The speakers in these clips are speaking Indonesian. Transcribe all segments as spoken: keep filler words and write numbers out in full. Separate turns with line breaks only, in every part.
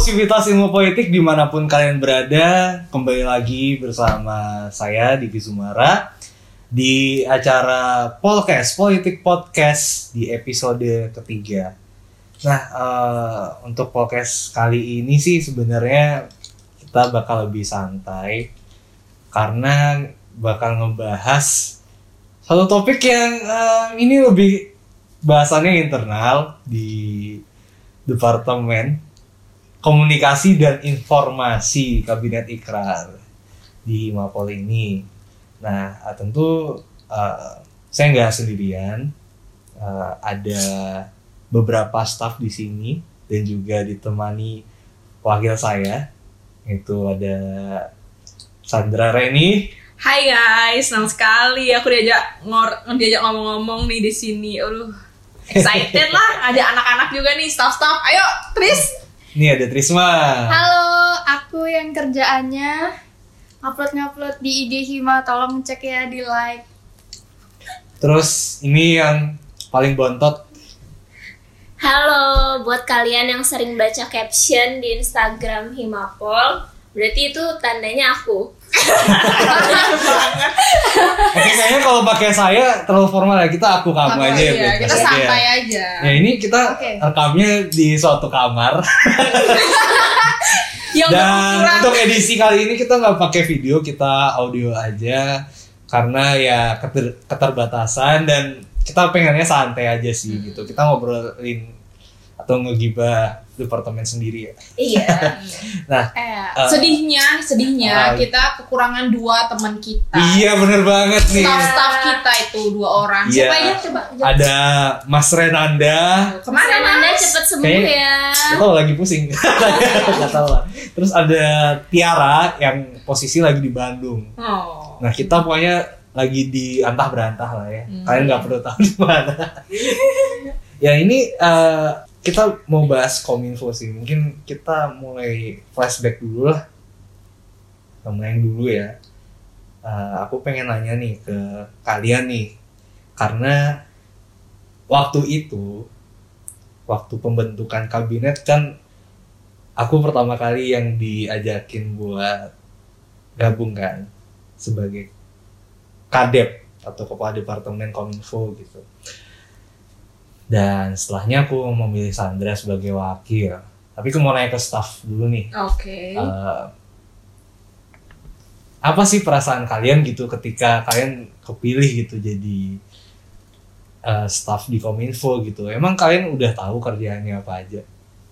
Sivitas Ilmu Politik dimanapun kalian berada, kembali lagi bersama saya Diki Sumara di acara Polcast, Politik Podcast di episode ketiga. Nah, uh, untuk Polcast kali ini sih sebenarnya kita bakal lebih santai karena bakal ngebahas satu topik yang uh, ini lebih bahasannya internal di Departemen Komunikasi dan Informasi Kabinet Ikrar di Mapol ini. Nah, tentu uh, saya nggak sendirian, uh, ada beberapa staf di sini dan juga ditemani wakil saya, itu ada Sandra Reni.
Hai guys, senang sekali aku diajak ngor diajak ngomong-ngomong nih di sini. Aduh, excited lah, ada anak-anak juga nih, staff-staff. Ayo, Tris.
Nih ada Trisma.
Halo, aku yang kerjaannya upload-ngupload di I G Hima, tolong cek ya, di like.
Terus ini yang paling bontot.
Halo, buat kalian yang sering baca caption di Instagram Himapol, berarti itu tandanya aku.
Oke, kayaknya kalau pakai saya terlalu formal ya, kita aku kamu aja ya.
Iya, kita santai ya. aja.
Ya ini kita okay. rekamnya di suatu kamar. Dan untuk edisi kali ini kita nggak pakai video, kita audio aja karena ya keter- keterbatasan dan kita pengennya santai aja sih hmm. gitu. Kita ngobrolin atau ngegibah departemen sendiri ya.
Iya.
Nah,
eh, uh, sedihnya, sedihnya uh, kita kekurangan dua teman kita.
Iya, bener banget nih.
Staff-staff kita itu dua orang.
Iya.
Siapa ya? Coba.
Ada Mas Renanda.
Kemana Mas Renanda cepet sembuh Kayak, ya.
Oh, lagi pusing. Gak tahu lah. Terus ada Tiara yang posisi lagi di Bandung. Oh. Nah, kita pokoknya lagi di antah berantah lah ya. Hmm. Kalian nggak perlu tahu di mana. Ya ini. Uh, Kita mau bahas Kominfo sih, mungkin kita mulai flashback dulu lah, kita mulai dulu ya. Uh, aku pengen nanya nih ke kalian nih, karena waktu itu, waktu pembentukan kabinet kan, aku pertama kali yang diajakin buat gabung kan, sebagai kadep atau kepala departemen Kominfo gitu. Dan setelahnya aku memilih Sandra sebagai wakil. Tapi aku mau nanya ke staff dulu nih.
Oke. Okay.
Uh, apa sih perasaan kalian gitu ketika kalian kepilih gitu jadi uh, staff di Kominfo gitu? Emang kalian udah tahu kerjaannya apa aja?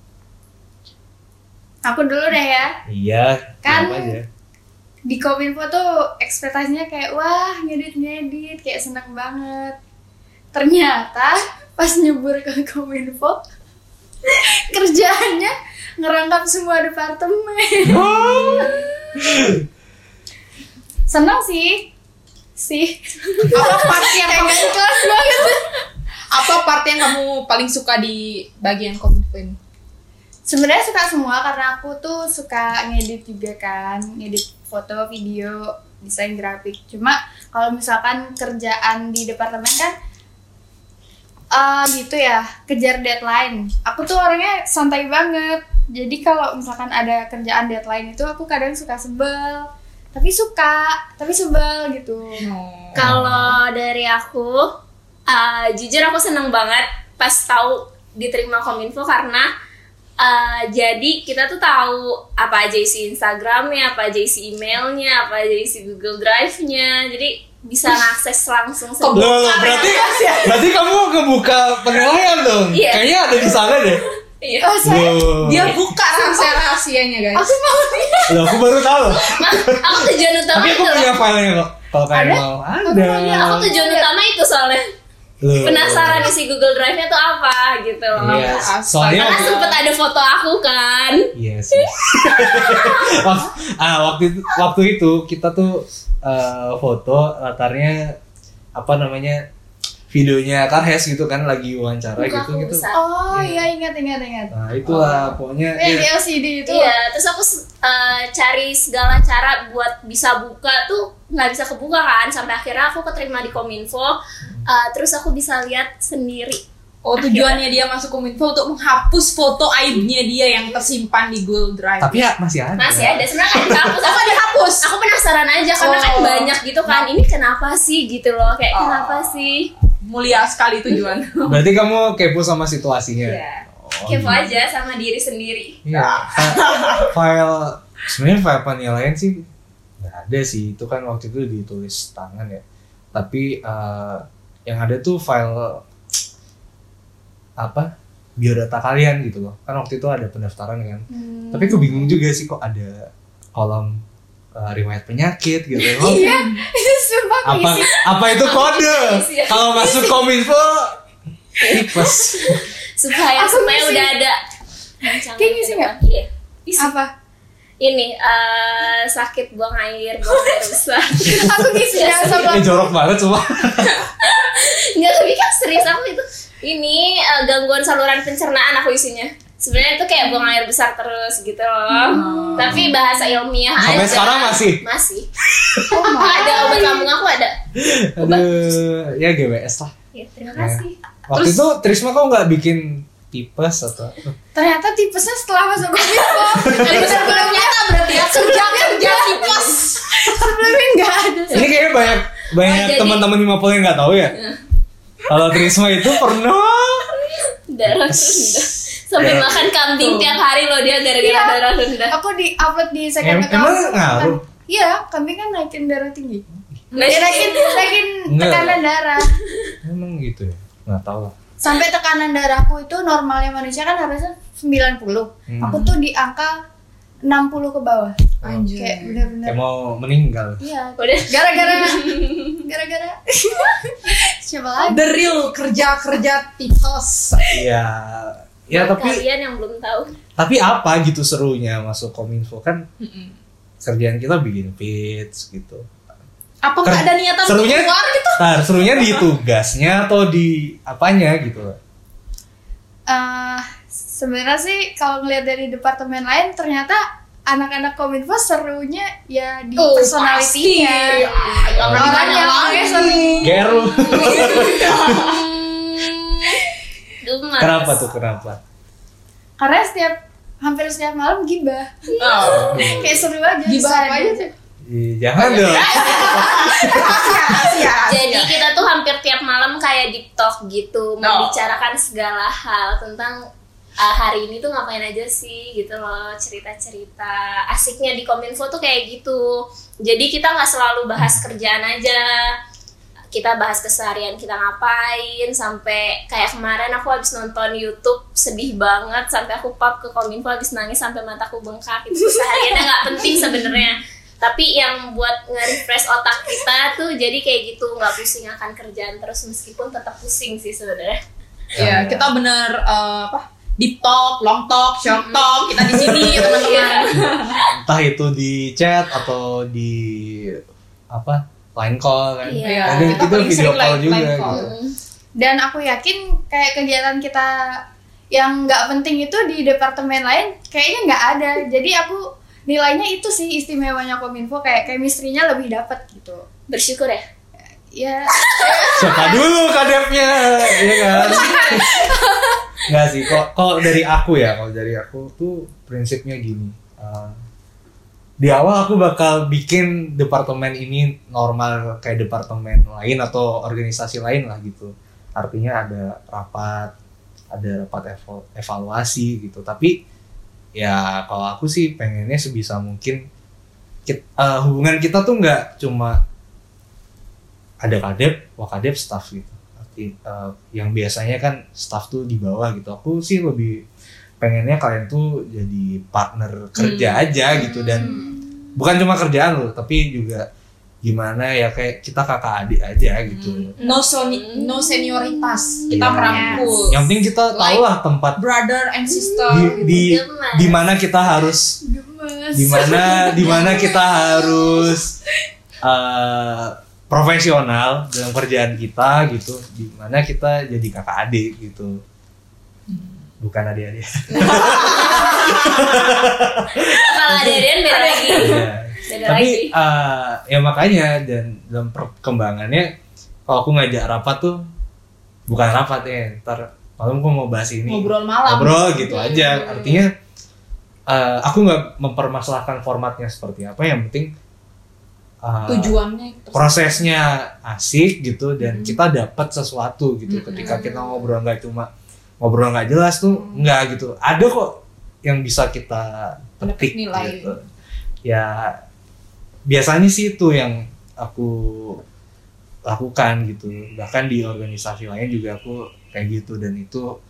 Aku dulu deh ya.
Iya.
Kan
apa aja?
Di Kominfo tuh ekspektasinya kayak wah ngedit-ngedit, kayak seneng banget. Ternyata pas nyebur ke Kominfo, kerjaannya ngerangkap semua departemen. Oh. Senang sih, sih.
Apa part yang kamu
kelas banget?
Apa part yang kamu paling suka di bagian Kominfo?
Sebenarnya suka semua karena aku tuh suka ngedit juga kan, ngedit foto, video, desain grafik. Cuma kalau misalkan kerjaan di departemen kan Uh, gitu ya, kejar deadline. Aku tuh orangnya santai banget. Jadi kalau misalkan ada kerjaan deadline itu aku kadang suka sebel. Tapi suka, tapi sebel gitu.
Hmm. Kalau dari aku, uh, jujur aku seneng banget pas tahu diterima Kominfo karena uh, jadi kita tuh tahu apa aja isi Instagramnya, apa aja isi emailnya, apa aja isi Google Drive-nya. Jadi bisa ngakses langsung
semua. Loh, loh, berarti ya? Berarti kamu ngebuka penilaian dong. Iya. Kayaknya ada di sana deh.
Iya.
Oh, saya, dia buka rahasia-rahasianya guys.
Aku mau lihat.
Loh, aku baru tahu.
Nah, aku tujuan utama
Tapi
itu.
Tapi aku punya filenya kok. Kalau kalian mau. Ada.
Aku tujuan utama itu soalnya. Loh. Penasaran isi Google Drive-nya tuh apa gitu loh.
Iya. Soalnya
karena sempet ada foto aku kan.
Iya sih. ah, waktu itu, waktu itu kita tuh Uh, foto latarnya apa namanya videonya Karhes gitu kan lagi wawancara
Buka
gitu gitu.
Oh iya ingat ingat ingat.
Nah itulah
oh.
pokoknya.
Yang
ya.
di L C D itu.
Iya terus aku uh, cari segala cara buat bisa buka tuh nggak bisa kebuka kan sampai akhirnya aku keterima di Kominfo. Uh, terus aku bisa lihat sendiri
Oh, tujuannya dia masuk Kominfo untuk menghapus foto aibnya dia yang tersimpan di Google Drive.
Tapi ya masih ada.
Masih ada sebenarnya kan dihapus.
Apa dihapus?
Aku penasaran aja karena
Oh.
kan banyak gitu kan. Ini kenapa sih gitu loh? Kayak
Oh.
kenapa sih?
Mulia sekali tujuan.
Berarti kamu kepo sama situasinya.
Iya.
Oh,
Kepo
gitu.
aja sama diri sendiri.
Iya. Fa- file sebenarnya file penilaian sih nggak ada sih. Itu kan waktu itu ditulis tangan ya. Tapi uh, yang ada tuh file apa biodata kalian gitu loh. Kan waktu itu ada pendaftaran kan.
Hmm.
Tapi aku bingung juga sih kok ada kolom uh, riwayat penyakit gitu. Oh,
Iya, itu sumpah aku
apa
isi.
apa itu kode?
Isi.
Kalau masuk Kominfo tipes.
Supaya
Aku
supaya
ngisi.
udah ada rancangan
Kayak ngisi
ke
nggak?
depan. Iya. Isi.
Apa?
Ini eh, sakit buang air, buang air besar.
Aku ngisinya sama
Ini jorok banget semua.
Enggak, tapi kan serius aku itu. Ini eh, gangguan saluran pencernaan aku isinya. Sebenarnya itu kayak buang air besar terus gitu loh.
Hmm.
Tapi bahasa ilmiah
Sampai
aja.
sekarang masih?
Masih.
Oh my.
Ada obat lambung aku ada.
Aduh, ya G W S lah.
Ya, terima kasih.
Waktu
Terus-
itu Trisma kok nggak bikin tipes atau
Ternyata tipesnya setelah masuk Kominfo.
Jadi sebelumnya berarti ya kerja kerja tipes.
Sebelumnya nggak ada.
ini kayaknya banyak banyak
Oh, jadi-
teman-teman lima puluh yang nggak tahu ya. Kalau Trisma itu pernah
Darah rendah. Sampai
Ya.
makan kambing
Tuh.
tiap hari loh dia gara-gara
Iya.
darah rendah.
Aku di upload di second
Em-
account.
emang
kan.
ngaruh?
Iya, kambing kan naikin darah tinggi.
Nah,
Ya, naikin naikin
Enggak.
tekanan darah.
emang gitu ya, nggak tahu lah.
Sampai tekanan darahku itu normalnya manusia kan harusnya sembilan puluh.
Hmm.
Aku tuh di angka enam puluh ke bawah.
Anjir.
Kayak bener-bener.
Kayak mau meninggal.
Iya.
Udah.
Gara-gara gara-gara siapa lagi?
The real kerja kerja tipes.
Iya. Ya
Buat
tapi
kalian yang belum tahu.
tapi apa gitu serunya masuk Kominfo kan kerjaan kita bikin feeds gitu.
Apa
Ker-
nggak ada niatan untuk
serunya-
keluar gitu?
Nah, serunya di tugasnya atau di apanya gitu.
Eh, sebenarnya sih kalau ngeliat dari departemen lain ternyata anak-anak Kominfo serunya ya di
Oh,
personality-nya.
pasti. Ah,
Orang yang orangnya seru.
Geru.
Gemas.
Kenapa tuh? Kenapa?
Karena setiap hampir setiap malam gibah.
Oh.
Kayak seru aja.
Gibah
bisa
apa aja
aja.
tuh?
Ih, jangan dong.
Jadi kita tuh hampir tiap malam kayak deep talk gitu,
No.
membicarakan segala hal tentang uh, hari ini tuh ngapain aja sih gitu loh, cerita-cerita asiknya di Kominfo tuh kayak gitu. Jadi kita nggak selalu bahas kerjaan aja, kita bahas keseharian kita ngapain. Sampai kayak kemarin aku habis nonton YouTube sedih banget sampai aku pap ke Kominfo habis nangis sampai mataku bengkak. Itu kesehariannya nggak penting sebenarnya, tapi yang buat nge-refresh otak kita tuh jadi kayak gitu, nggak pusing akan kerjaan terus meskipun tetap pusing sih sebenarnya.
Ya, kita bener eh, apa? Deep talk, long talk, short talk, kita di sini teman-teman.
Entah itu di chat atau di apa? Line call kan.
Iya.
Kadang
Kita
kita
paling
video
sering
call
line-
juga
line call.
gitu.
Dan aku yakin kayak kegiatan kita yang nggak penting itu di departemen lain kayaknya nggak ada. Jadi aku nilainya itu sih istimewanya Kominfo, kayak chemistry-nya lebih dapat gitu.
Bersyukur ya.
Ya,
Siapa dulu kadepnya, ya kan? Enggak sih, kok kalau dari aku ya, kalau dari aku tuh prinsipnya gini. uh, di awal aku bakal bikin departemen ini normal kayak departemen lain atau organisasi lain lah gitu. Artinya ada rapat, ada rapat eval- evaluasi gitu. Tapi ya kalau aku sih pengennya sebisa mungkin kit- uh, hubungan kita tuh nggak cuma ada kadep, wakadep, staff gitu. Arti, uh, yang biasanya kan staff tuh di bawah gitu. Aku sih lebih pengennya kalian tuh jadi partner kerja
Hmm.
aja gitu, dan bukan cuma kerjaan loh, tapi juga gimana ya kayak kita kakak adik aja gitu.
No soni- no senioritas, kita
Iya.
merangkul.
Yang penting kita tahu lah tempat
Brother and sister.
di
gitu.
di
Gemas.
di mana kita harus
gemes.
di mana di mana kita harus uh, profesional dalam kerjaan kita gitu, di mana kita jadi kakak adik gitu, bukan adik-adik.
Kalau ada Rian beda lagi.
Iya.
Beda
Tapi
lagi.
uh, ya makanya, dan dalam perkembangannya kalau aku ngajak rapat tuh bukan rapat ya, ntar malam gue mau bahas ini,
ngobrol malam,
ngobrol gitu
hmm.
aja. Artinya uh, aku nggak mempermasalahkan formatnya seperti apa, yang penting uh,
tujuannya,
prosesnya asik gitu dan hmm. kita dapat sesuatu gitu.
Hmm.
Ketika kita ngobrol nggak cuma ngobrol nggak jelas tuh hmm. nggak gitu. Ada kok yang bisa kita petik
nilai
gitu. Ya biasanya sih itu yang aku lakukan gitu. Bahkan di organisasi lain juga aku kayak gitu, dan itu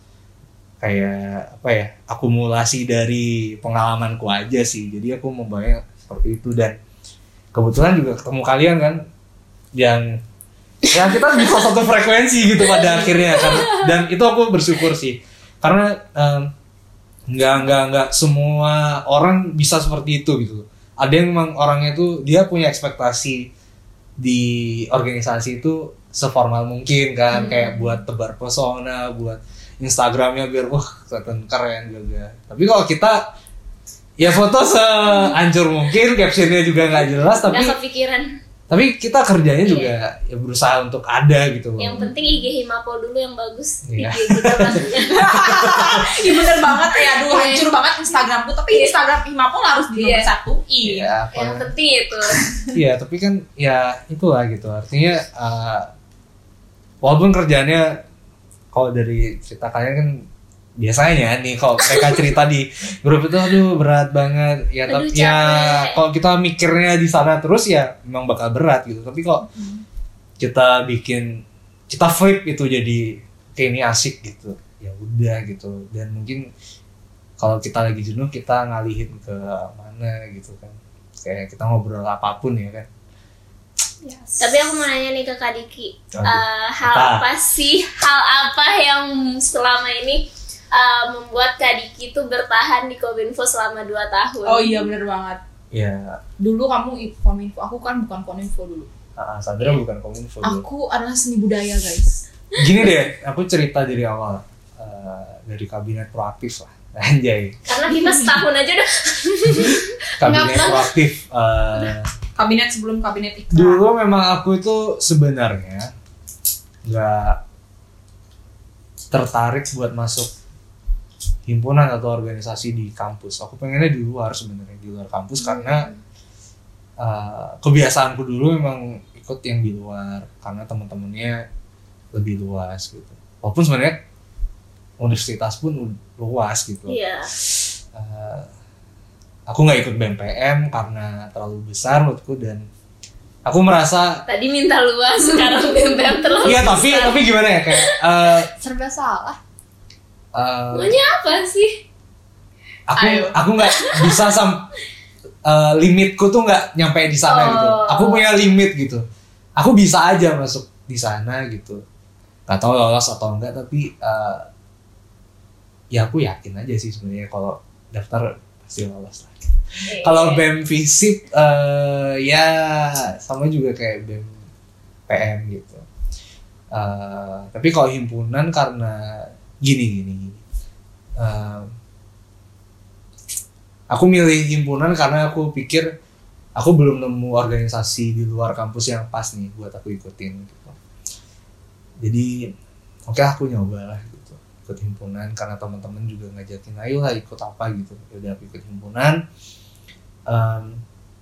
kayak apa ya, akumulasi dari pengalamanku aja sih. Jadi aku membayang seperti itu, dan kebetulan juga ketemu kalian kan yang ya kita bisa satu frekuensi gitu pada akhirnya kan. Dan itu aku bersyukur sih, karena um, nggak nggak nggak semua orang bisa seperti itu gitu. Ada yang memang orangnya tuh dia punya ekspektasi di organisasi itu seformal mungkin kan, hmm. kayak buat tebar pesona, buat Instagramnya biar wah kelihatan keren juga. Tapi kalau kita ya foto sehancur mungkin, captionnya juga nggak jelas, tapi
nggak kepikiran.
Tapi kita kerjanya
iya.
juga ya berusaha untuk ada gitu loh.
Yang penting I G Himapol dulu yang bagus.
Iya.
I G kita maksudnya.
Iya bener banget ya, aduh hancur banget Instagramku, tapi Instagram Himapol harus di nomor satu.
Iya.
Yang penting itu.
Iya, tapi kan ya itulah gitu. Artinya uh, walaupun kerjaannya kalau dari cerita kalian kan biasanya nih kalau mereka cerita di grup itu aduh berat banget ya, tapi ya kalau kita mikirnya di sana terus ya memang bakal berat gitu. Tapi kalau hmm. kita bikin, kita flip itu jadi kayak ini asik gitu, ya udah gitu. Dan mungkin kalau kita lagi jenuh kita ngalihin ke mana gitu kan, kayak kita ngobrol apapun ya kan.
Yes. Tapi aku mau nanya nih ke Kak Diki, uh, hal apa? apa sih hal apa yang selama ini Uh, membuat Kak Diki tuh bertahan di Kominfo selama dua tahun?
Oh iya benar banget.
Iya.
Dulu kamu Kominfo, aku kan bukan Kominfo dulu.
Ah, Sandra bukan Kominfo dulu.
Aku adalah seni budaya guys.
Gini deh, aku cerita dari awal, uh, dari kabinet proaktif lah, anjay.
Karena kita setahun aja udah.
Kabinet proaktif. Uh,
kabinet sebelum kabinet iklan.
Dulu memang aku itu sebenarnya nggak tertarik buat masuk himpunan atau organisasi di kampus. Aku pengennya di luar sebenarnya, di luar kampus, hmm. karena uh, kebiasaanku dulu memang ikut yang di luar karena teman-temannya lebih luas gitu. Walaupun sebenarnya universitas pun luas gitu.
Iya.
Uh, aku nggak ikut B M P M karena terlalu besar menurutku, dan aku merasa
tadi minta luas sekarang B M P M terlalu
iya, besar. Iya, tapi tapi gimana ya, kayak uh,
serba salah.
Uh,
maunya apa sih?
Aku
Ayo.
aku nggak bisa sam uh, limitku tuh nggak nyampe di sana oh. gitu. Aku punya limit gitu. Aku bisa aja masuk di sana gitu. Gak tahu lolos atau enggak, tapi uh, ya aku yakin aja sih sebenarnya kalau daftar pasti lolos lah.
Eh,
Kalau B E M Visip uh, ya sama juga kayak B E M P M gitu. Uh, tapi kalau himpunan karena gini gini, gini. Uh, aku milih himpunan karena aku pikir aku belum nemu organisasi di luar kampus yang pas nih buat aku ikutin gitu. Jadi oke okay, aku nyoba lah gitu, ikut himpunan karena teman-teman juga ngajakin ayo lah ikut apa gitu. Ya udah aku ikut himpunan. Um,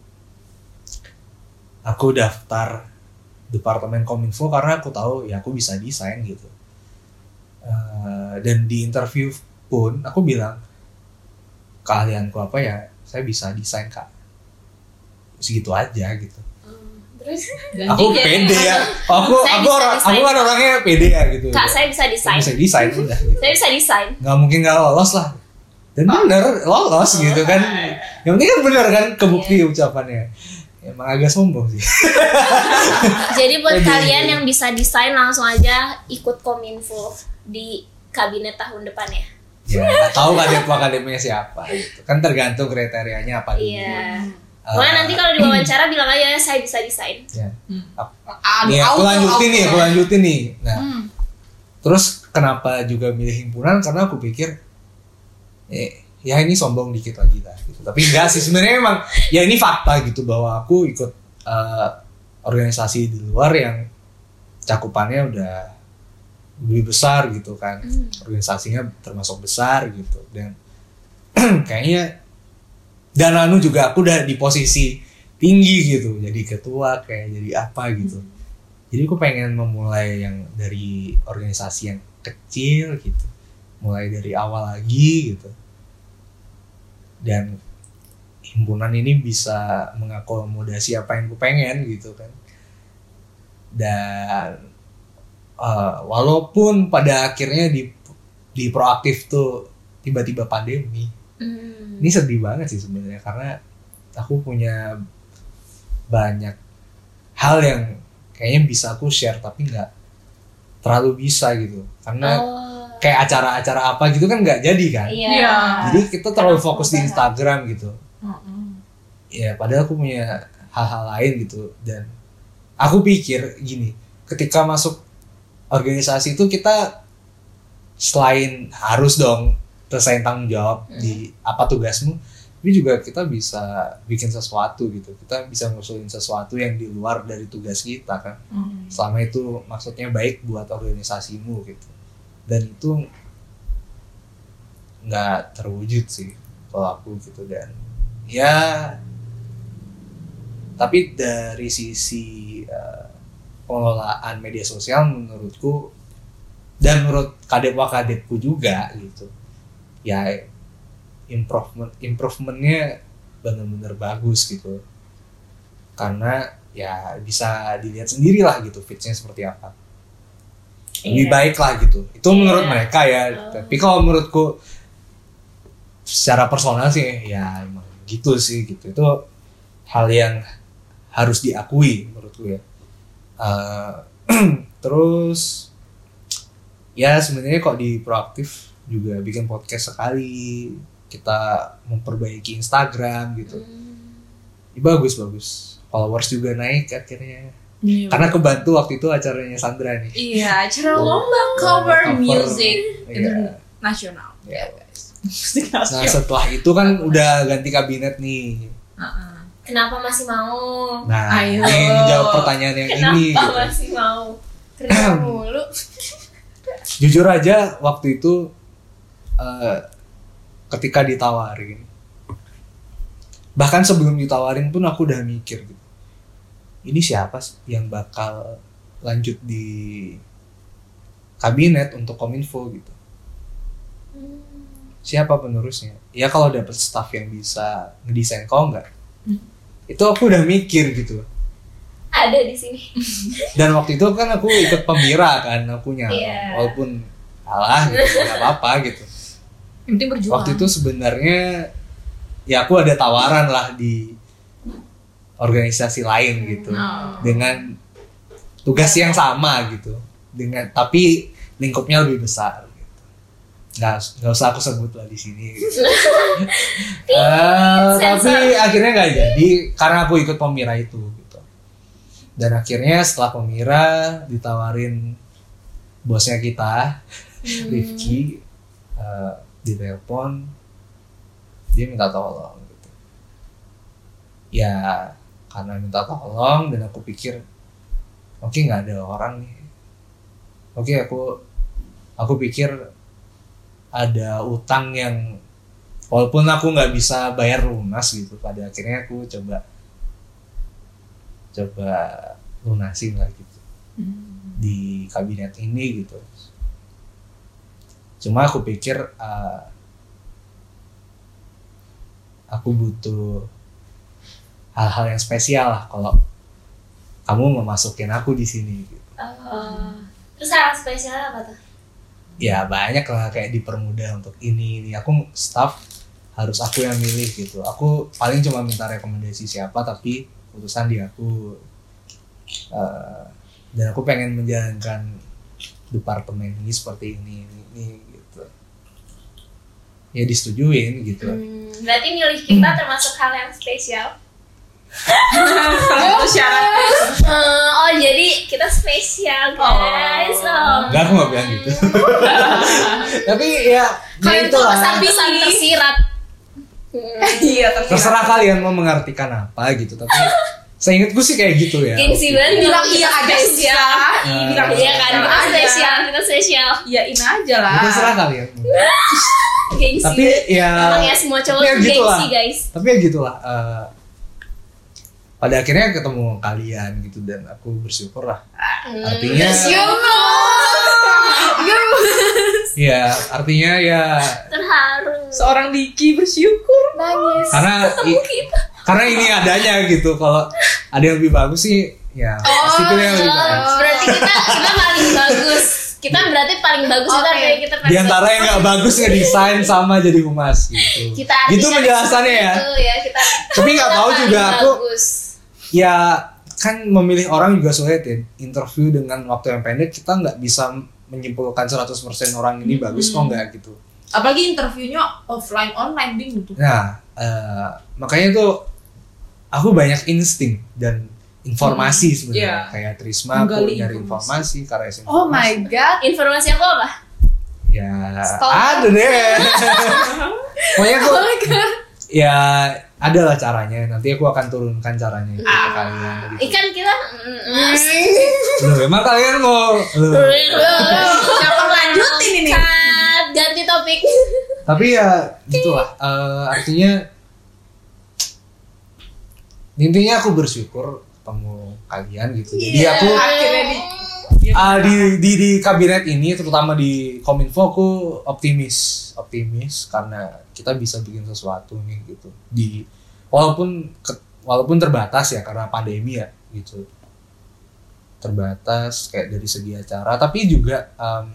aku daftar Departemen Kominfo karena aku tahu ya aku bisa desain gitu. Uh, dan di interview pun aku bilang keahlianku apa ya, saya bisa desain kak, segitu aja gitu.
Hmm, terus
aku pede ya, aku aku orang aku kan orangnya pede ya gitu.
Kak saya bisa desain.
Bisa desain udah. Gitu.
Saya bisa desain.
Nggak mungkin nggak lolos lah. Dan oh. bener lolos oh. gitu kan. Yang penting kan bener kan kebukti yeah. ucapannya. Emang agak sombong sih.
Jadi buat kalian yang bisa desain langsung aja ikut Kominfo di kabinet tahun depan ya.
Ya, nggak tahu kadep akademinya siapa gitu. Kan tergantung kriterianya apa dulu.
Iya. Uh, Wah nanti kalau diwawancara bilang aja saya bisa desain.
Ya. Hmm. Nih aku lanjutin nih, aku lanjutin nih. Nah, hmm. terus kenapa juga milih himpunan? Karena aku pikir, eh, ya ini sombong dikit lagi lah. Gitu. Tapi enggak sih sebenarnya emang ya ini fakta gitu bahwa aku ikut uh, organisasi di luar yang cakupannya udah lebih besar gitu kan, mm. organisasinya termasuk besar gitu, dan kayaknya dan anu juga aku udah di posisi tinggi gitu, jadi ketua kayak jadi apa gitu, mm. jadi aku pengen memulai yang dari organisasi yang kecil gitu, mulai dari awal lagi gitu, dan himpunan ini bisa mengakomodasi apa yang aku pengen gitu kan, dan Uh, walaupun pada akhirnya di di proaktif tuh tiba-tiba pandemi, mm. ini sedih banget sih sebenarnya, karena aku punya banyak hal yang kayaknya bisa aku share tapi nggak terlalu bisa gitu, karena oh. kayak acara-acara apa gitu kan nggak jadi kan,
yeah.
jadi kita terlalu fokus di Instagram gitu, mm-hmm. ya padahal aku punya hal-hal lain gitu, dan aku pikir gini, ketika masuk organisasi itu kita selain harus dong selesai tanggung jawab mm. di apa tugasmu, tapi juga kita bisa bikin sesuatu gitu, kita bisa ngusulin sesuatu yang di luar dari tugas kita kan, mm. selama itu maksudnya baik buat organisasimu gitu, dan itu nggak terwujud sih kalau aku gitu, dan ya tapi dari sisi uh, pengelolaan media sosial menurutku dan menurut kadep-kadepku juga gitu, ya improvement improvementnya benar-benar bagus gitu, karena ya bisa dilihat sendiri lah gitu feeds-nya seperti apa, lebih yeah. baik lah gitu, itu yeah. menurut mereka ya, oh. tapi kalau menurutku secara personal sih ya emang gitu sih gitu, itu hal yang harus diakui menurutku ya. Uh, terus ya sebenarnya kok di proaktif juga bikin podcast sekali, kita memperbaiki Instagram gitu, hmm. ya, bagus bagus, followers juga naik akhirnya, iya, karena kebantu waktu itu acaranya Sandra nih,
iya acara lomba cover, cover music iya. internasional ya guys.
Nah setelah itu kan udah ganti kabinet nih.
Uh-uh. Kenapa masih mau?
Nah, ayo ini jawab pertanyaan yang
Kenapa
ini.
Kenapa gitu. Masih mau?
Kerja mulu.
Jujur aja waktu itu uh, ketika ditawarin, bahkan sebelum ditawarin pun aku udah mikir gitu, ini siapa yang bakal lanjut di kabinet untuk Kominfo gitu? Siapa penerusnya? Ya kalau dapet staff yang bisa ngedesain kok enggak? Hmm. Itu aku udah mikir gitu.
Ada di sini.
Dan waktu itu kan aku ikut pemira kan, aku nyala, yeah. walaupun kalah gitu, nggak apa-apa gitu.
Penting berjuang.
Waktu itu sebenarnya ya aku ada tawaran lah di organisasi lain gitu, oh. dengan tugas yang sama gitu, dengan tapi lingkupnya lebih besar. Nggak, nggak usah aku sebut lah di sini gitu. uh, tapi akhirnya nggak jadi karena aku ikut pemira itu gitu. Dan akhirnya setelah pemira ditawarin bosnya kita, hmm. Rifki, uh, ditelepon, dia minta tolong gitu. Ya karena minta tolong dan aku pikir oke okay, nggak ada orang nih, oke okay, aku aku pikir ada utang yang walaupun aku nggak bisa bayar lunas gitu, pada akhirnya aku coba coba lunasin lah gitu hmm. di kabinet ini gitu. Cuma aku pikir uh, aku butuh hal-hal yang spesial lah kalau kamu memasukin aku di sini gitu.
Uh, terus hal spesial apa tuh?
Ya banyak lah, kayak dipermudah untuk ini ini aku staff harus aku yang milih gitu, aku paling cuma minta rekomendasi siapa tapi keputusan di aku, uh, dan aku pengen menjalankan departemen ini seperti ini ini, ini gitu ya, disetujuin gitu.
Hmm, berarti milih kita termasuk hal yang spesial.
Kalau syaratnya
uh, oh jadi kita spesial guys. Oh.
Enggak, aku nggak bilang gitu. Tapi ya
kalian tuh pesan-pesan tersirat.
Iya,
terserah kalian mau mengartikan apa gitu, tapi Seingatku sih kayak gitu ya.
Gengsi banget bilang
iya aja
spesial.
Uh,
Bilang iya kan, kita
aja.
spesial, kita spesial.
Iyain aja lah.
Itu serah kalian.
Gengsi.
Tapi ya.
Emang ya semua cowok
tapi ya
tuh
gitu
gengsi
lah.
guys.
Tapi ya gitulah. Uh, pada akhirnya ketemu kalian gitu dan aku bersyukur lah. Artinya. Ya artinya ya.
Terharu.
Seorang Diki bersyukur.
Nangis.
Karena i- karena ini adanya gitu. Kalau ada yang lebih bagus sih ya pasti pilih yang lebih bagus.
Berarti kita kita paling bagus. Kita berarti paling bagus kita
Oke.
kayak kita paling
Di antara yang nggak bagus ngedesain sama jadi humas gitu.
kita artikan
Gitu penjelasannya ya.
Itu ya kita.
Tapi nggak
kita
tahu
paling
juga aku
bagus.
ya kan memilih orang juga sulit ya. Interview dengan waktu yang pendek kita nggak bisa menyimpulkan seratus persen orang ini bagus kok nggak gitu.
Apalagi interviewnya offline online bingung tuh.
Nah eh, makanya tuh aku banyak insting dan informasi sebenarnya
Iya.
kayak Trisma aku
Menggali
nyari
informasi.
informasi, Kares informasi.
Oh my god.
Informasi aku apa?
Ya
Stop.
ada deh. Pokoknya aku ya ada lah caranya. Nanti aku akan turunkan caranya itu ke kalian. Gitu.
Ikan kita.
Loh, emang kalian mau? Loh.
Siapa lanjutin ini?
Cut, ganti topik.
Tapi ya gitulah. Eh, artinya intinya aku bersyukur ketemu kalian gitu. Jadi
Iya,
aku
akhirnya di
ah, di, di di kabinet ini terutama di Kominfo aku optimis, optimis karena kita bisa bikin sesuatu nih gitu. Di walaupun ke- walaupun terbatas ya karena pandemi ya gitu. Terbatas kayak dari segi acara tapi juga em,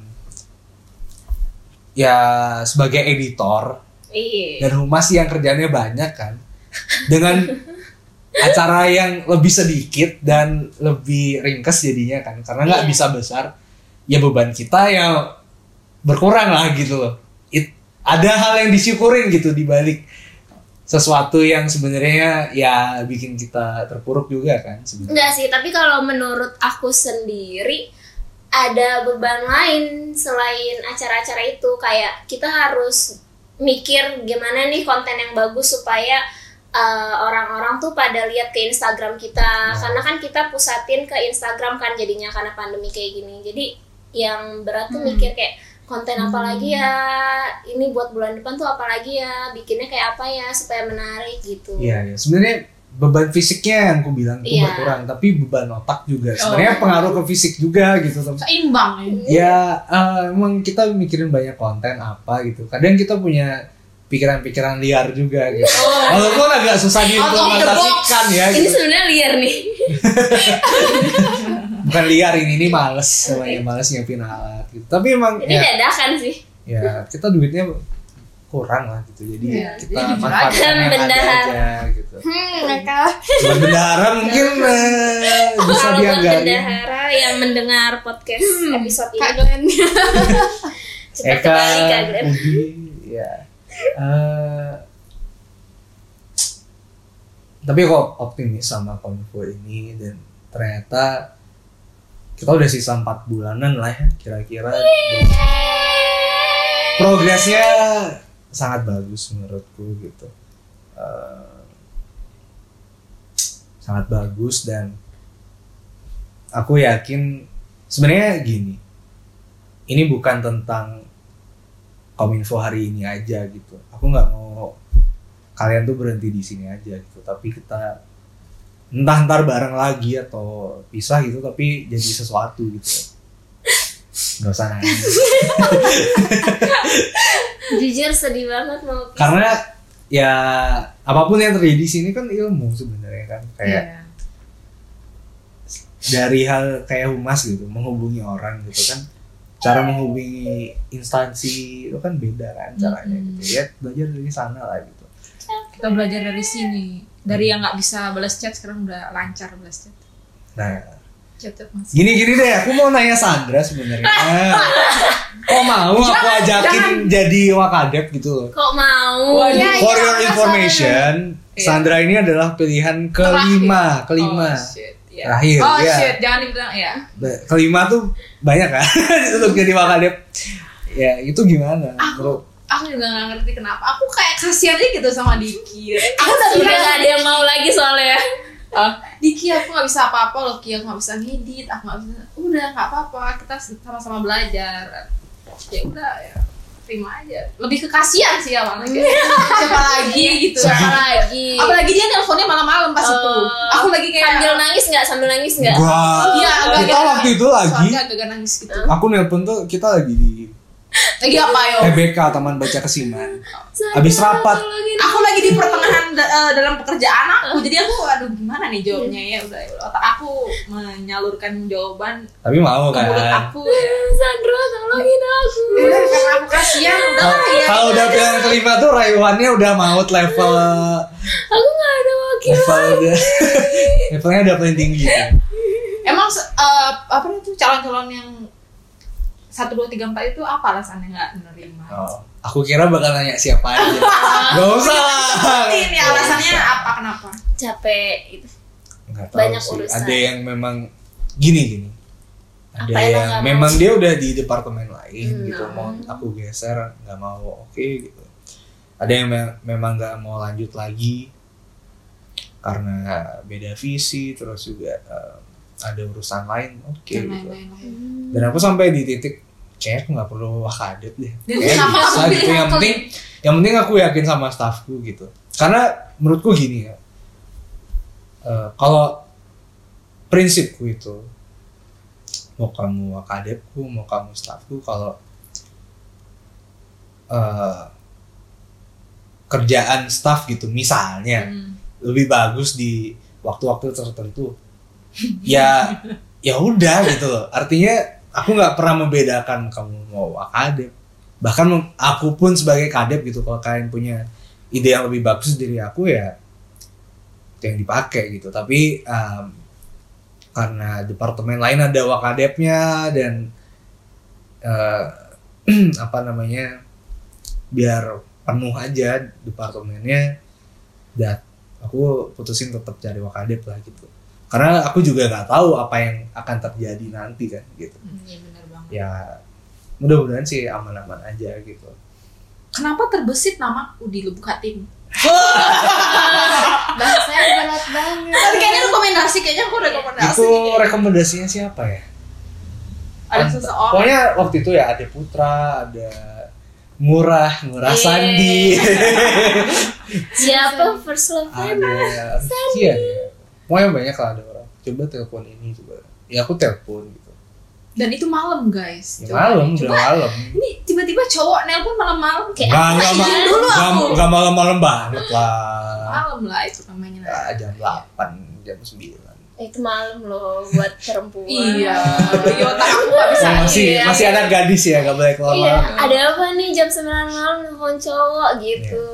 ya sebagai editor
Iya.
dan humas yang kerjanya banyak kan dengan acara yang lebih sedikit dan lebih ringkes jadinya kan karena nggak
Iya.
bisa besar ya beban kita yang berkurang lah gitu loh. It, ada hal yang disyukurin gitu di balik sesuatu yang sebenarnya ya bikin kita terpuruk juga kan sebenarnya.
Enggak sih, tapi kalau menurut aku sendiri ada beban lain selain acara-acara itu. Kayak kita harus mikir gimana nih konten yang bagus supaya uh, orang-orang tuh pada lihat ke Instagram kita.
Nah.
Karena kan kita pusatin ke Instagram kan jadinya karena pandemi kayak gini. Jadi yang berat tuh mikir kayak konten apa lagi ya, ini buat bulan depan tuh apa lagi ya, bikinnya kayak apa ya supaya menarik gitu.
Iya, ya. Sebenarnya beban fisiknya yang aku bilang itu
Iya.
berkurang, tapi beban otak juga. Sebenarnya pengaruh ke fisik juga gitu.
seimbang ya.
Ya, eh, emang kita mikirin banyak konten apa gitu. Kadang kita punya pikiran-pikiran liar juga gitu. Walaupun agak susah diimplementasikan ya.
Ini
Gitu.
sebenarnya liar nih.
Bukan liar ini, ini males namanya, males nyiapin alat gitu. Tapi emang
Ini
ya,
dadakan sih.
ya kita duitnya kurang lah gitu. Jadi
Iya,
kita
jadi jujur
manfaatkan
aja.
yang ada
Bendahara.
aja gitu.
Hmm, mereka.
Buat bendahara mungkin eh, bisa
Kalau buat
dianggarin.
bendahara yang mendengar podcast episode ini,
Kak Glenn.
cepat
Eka,
kembali Kak Glenn.
Udi, ya. Eh, tapi kok optimis sama Kominfo ini dan ternyata kita udah sisa empat bulanan lah ya kira-kira. Dan progresnya sangat bagus menurutku gitu. Eh, sangat bagus dan aku yakin sebenarnya gini. Ini bukan tentang Kominfo hari ini aja gitu. Aku nggak mau kalian tuh berhenti di sini aja gitu. Tapi kita entah ntar bareng lagi atau pisah gitu. Tapi jadi sesuatu gitu. Gak usah nangis.
Jujur sedih banget mau pisah.
Karena ya apapun yang terjadi di sini kan ilmu sebenarnya kan. Kayak
Iya.
dari hal kayak humas gitu, menghubungi orang gitu kan. Cara menghubungi instansi itu kan beda kan caranya
Mm-hmm.
gitu. Ya belajar dari sana lah gitu.
Kita belajar dari sini. Dari yang nggak bisa balas chat sekarang udah lancar balas chat.
Nah,
Chat masih.
gini-gini deh, aku mau nanya Sandra sebenarnya. Kok mau aku ajakin jadi wakadep gitu loh.
Kok mau?
Waduh.
Ya,
For
iya,
your
iya,
information,
Iya.
Sandra ini adalah pilihan kelima, kelima.
Oh, shit. Ya.
Terakhir,
Oh
ya.
shit, jangan dibilang ya.
Nah, kelima tuh banyak kan untuk jadi wakadep. Ya, itu gimana?
Aku
Bro?
aku juga nggak ngerti kenapa. Aku kayak kasihan aja gitu sama Diki. Aku udah
Udah
bilang
gak ada yang mau lagi soalnya.
uh, Diki aku nggak bisa apa-apa loh, Ki aku nggak bisa ngedit, aku nggak bisa. Udah nggak apa-apa, kita sama-sama belajar. Ya udah ya terima aja. Lebih ke kasihan sih awalnya. Siapa lagi gitu.
Siapa lagi?
Apalagi dia nelponnya malam-malam pas uh, itu. Aku lagi kayak
sambil nangis nggak? Sambil nangis nggak?
Iya, kita waktu itu lagi.
Agak-agak nangis gitu.
Aku nelpon tuh kita lagi di
lagi apa yo?
T B K Taman Baca Kesiman. Habis rapat.
Aku lagi di pertengahan da- uh, dalam pekerjaan aku. Jadi aku aduh gimana nih jawabnya ya? Udah otak aku menyalurkan jawaban.
Tapi mau kan?
Mulut aku ya.
Sandro tolongin aku.
Udah karena aku kasihan udah ya.
Kalau udah pilihan kelima tuh rayuannya udah maut level.
Aku nggak ada wakil.
Level udah. Levelnya udah paling tinggi. Kan?
Emang uh, apa itu calon-calon yang satu dua tiga empat itu apa alasannya nggak menerima?
Oh, aku kira bakal nanya siapa aja. Gak usah lah.
Ini alasannya apa kenapa?
Capek itu.
Nggak tahu
Banyak
sih.
urusan.
Ada yang memang gini gini. Ada
Apa yang
yang
nggak
memang
mau?
dia udah di departemen lain
Hmm.
gitu, mau aku geser nggak mau, oke gitu. Ada yang me- memang nggak mau lanjut lagi karena beda visi, terus juga uh, ada urusan lain, oke
Dan
gitu.
lain-lain.
Dan aku sampai di titik kayak aku nggak perlu wakadep deh.
Dan
Kayak
kenapa
bisa
kamu pilih
gitu. Yang
wakadep?
penting, yang penting aku yakin sama staffku gitu. Karena menurutku gini ya, uh, kalau prinsipku itu mau kamu wakadepku, mau kamu staffku, kalau uh, kerjaan staff gitu misalnya
Hmm.
lebih bagus di waktu-waktu tertentu, ya ya udah gitu loh. Artinya aku nggak pernah membedakan kamu mau akadep, bahkan mem- aku pun sebagai kadep gitu, kalau kalian punya ide yang lebih bagus dari aku ya itu yang dipakai gitu. Tapi um, karena departemen lain ada wakadepnya dan uh, apa namanya, biar penuh aja departemennya, dan aku putusin tetap cari wakadep lah gitu. Karena aku juga nggak tahu apa yang akan terjadi nanti kan gitu.
Iya benar banget.
Ya mudah-mudahan sih aman-aman aja gitu.
Kenapa terbesit namaku di Lubuk Hati?
Bahasanya berat banget.
Tapi kayaknya rekomendasi, kayaknya aku rekomendasi.
Itu rekomendasinya siapa ya?
Ada
Ant-
seseorang.
Pokoknya waktu itu ya ada Putra, ada Murah, Murah
Yeay.
Sandi.
Siapa first love-nya?
Ada Kian ya. Pokoknya banyak lah ada orang. Coba telepon ini coba. Ya aku telepon gitu.
Dan itu malam guys.
Ya,
Coba
malam,
nih,
udah
coba.
malam.
Ini tiba-tiba cowok nelpon malam-malam kayak
Gak,
apa
gak,
sih?
ma-
Dulu
gak,
aku.
gak malam-malam banget lah.
Malam lah itu namanya.
Ya, jam delapan, jam sembilan.
Itu malam loh buat perempuan.
Iya. Iya otak aku gak bisa.
Oh, masih
iya,
masih
iya.
anak gadis ya, gak boleh keluar
Iya,
malam.
ada apa nih jam sembilan malam nelfon cowok gitu.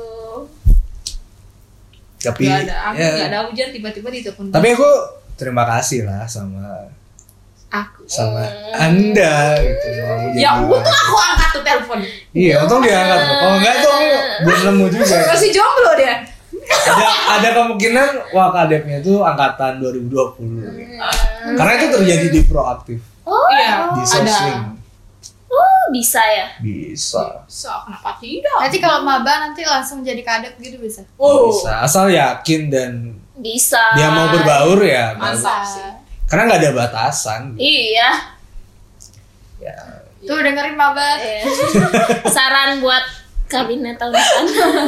Tapi
Gak ada aku,
ya,
gak ada hujan tiba-tiba ditelepon.
tapi aku terima kasih lah sama
aku.
sama
Hmm.
Anda gitu. Mau jadi
Ya untung
orang.
aku angkat tuh telepon.
Iya, untung dia angkat. Kalau enggak tuh aku belum nemu juga.
Masih jomblo dia.
Ada ada kemungkinan wakadepnya itu angkatan dua ribu dua puluh.
Hmm.
Karena itu terjadi di proaktif,
Oh,
Iya.
di
Ada.
Sosling.
oh bisa ya.
Bisa.
So, kenapa tidak?
Nanti kalau maba nanti langsung jadi kadep gitu bisa.
Oh,
Bisa. Asal yakin dan
Bisa.
dia mau berbaur ya. baru.
mantap sih.
Karena nggak ada batasan.
Iya.
Ya.
Tuh dengerin maba.
Iya. Saran buat kabinet tahun depan.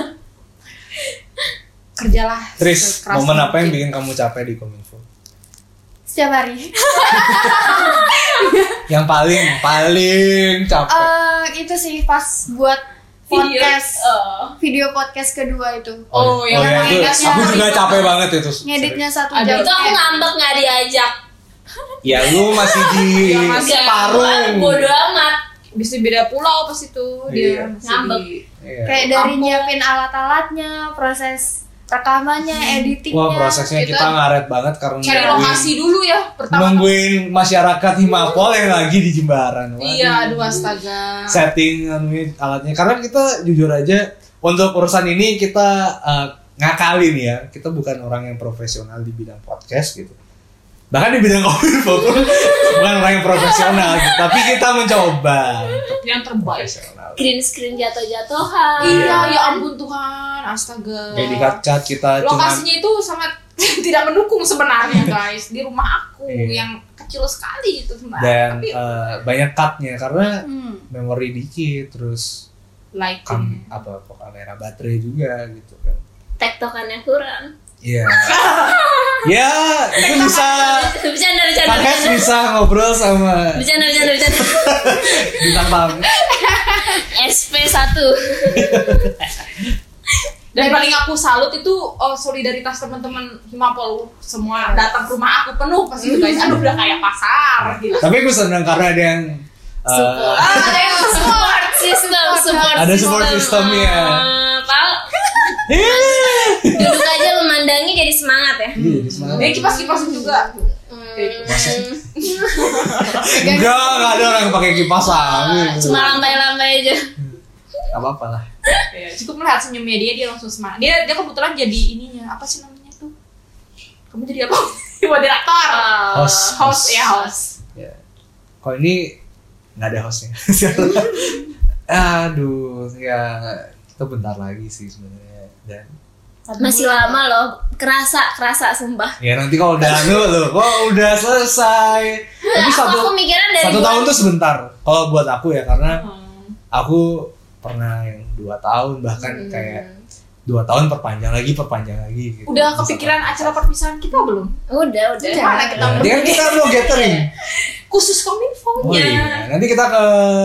Kerjalah.
Tris,
sekeras
momen apa yang
mungkin.
bikin kamu capek di Kominfo?
Setiap hari.
Yang paling paling capek.
Eh itu sih pas buat podcast
Oh.
video podcast kedua itu.
Oh, yang
ya, itu
ngeditnya
aku juga
lima-
capek banget itu.
Ngeditnya satu
Ada.
jam.
Itu aku
Eh,
ngambek nggak diajak.
Ya lu masih di
Ya, masih
separuh.
Bodo amat.
bisa beda pulau pas itu dia
Iya.
masih
Ngambek.
di-
Iya.
Kayak dari
Kampung.
nyiapin alat-alatnya, proses rekamannya, editingnya.
Wah, prosesnya kita,
Kita
ngaret banget karena
cari
nungguin-
lokasi dulu ya pertama.
nungguin masyarakat Himapol yang lagi di Jembaran. Waduh.
Iya, aduh astaga.
Setting anuin alatnya, karena kita jujur aja untuk urusan ini kita uh, ngakalin ya, kita bukan orang yang profesional di bidang podcast gitu, bahkan di bidang kominfo pun bukan orang yang profesional gitu. Tapi kita mencoba untuk
Yang terbaik.
profesional.
Green screen jatuh-jatuhan.
Iya, ya ampun Tuhan, astaga.
Kayak di cut kita cuma
Lokasinya itu sangat tidak mendukung sebenarnya guys di rumah aku
iya.
yang kecil sekali itu sebenarnya.
Dan
Tapi
uh, banyak cutnya karena
Hmm.
memori dikit, terus
like
kam apa, apa kamera baterai juga gitu kan.
Tektokannya kurang.
Iya. Ya, itu bisa
Bercanda, bercanda,
Kakak
bercanda.
bisa ngobrol sama
Bercanda, bercanda, bercanda.
bintang tamu.
S P satu.
dan paling aku salut itu oh, solidaritas teman-teman Himapol semua datang ke rumah aku penuh pas itu guys. Aduh udah kayak pasar gila.
Tapi aku senang karena ada yang uh,
Support.
Ah, ada yang
Support system, support
Ada
system.
support systemnya.
Ah, Pal, duduk aja memandangi jadi semangat ya.
Iya, jadi semangat.
dia kipas-kipasin juga.
Hmm,
Enggak, enggak ada orang yang pakai kipas angin.
cuma lambai-lambai aja.
Enggak apa-apa lah.
Ya, cukup melihat senyumnya dia dia langsung semangat. Dia dia kebetulan jadi ininya apa sih namanya tuh? Kamu jadi apa? Moderator.
Oh.
Host.
Host ya host.
Ya. Kalau ini nggak ada hostnya. Aduh, ya kita bentar lagi sih sebenarnya. Dan
Masih lama loh, kerasa, kerasa sumpah.
ya nanti kalau udah anu loh, kok udah selesai. Tapi
Aku,
satu
aku mikirnya dari
satu
bulan-
tahun tuh sebentar. Kalau buat aku ya karena
Hmm.
aku pernah yang dua tahun bahkan
Hmm.
kayak dua tahun perpanjang lagi perpanjang lagi gitu.
Udah kepikiran acara perpisahan kita belum?
Udah, udah.
Mana kita
Nah, dia kan kita mau gathering.
khusus kominfo
Oh iya, nanti kita ke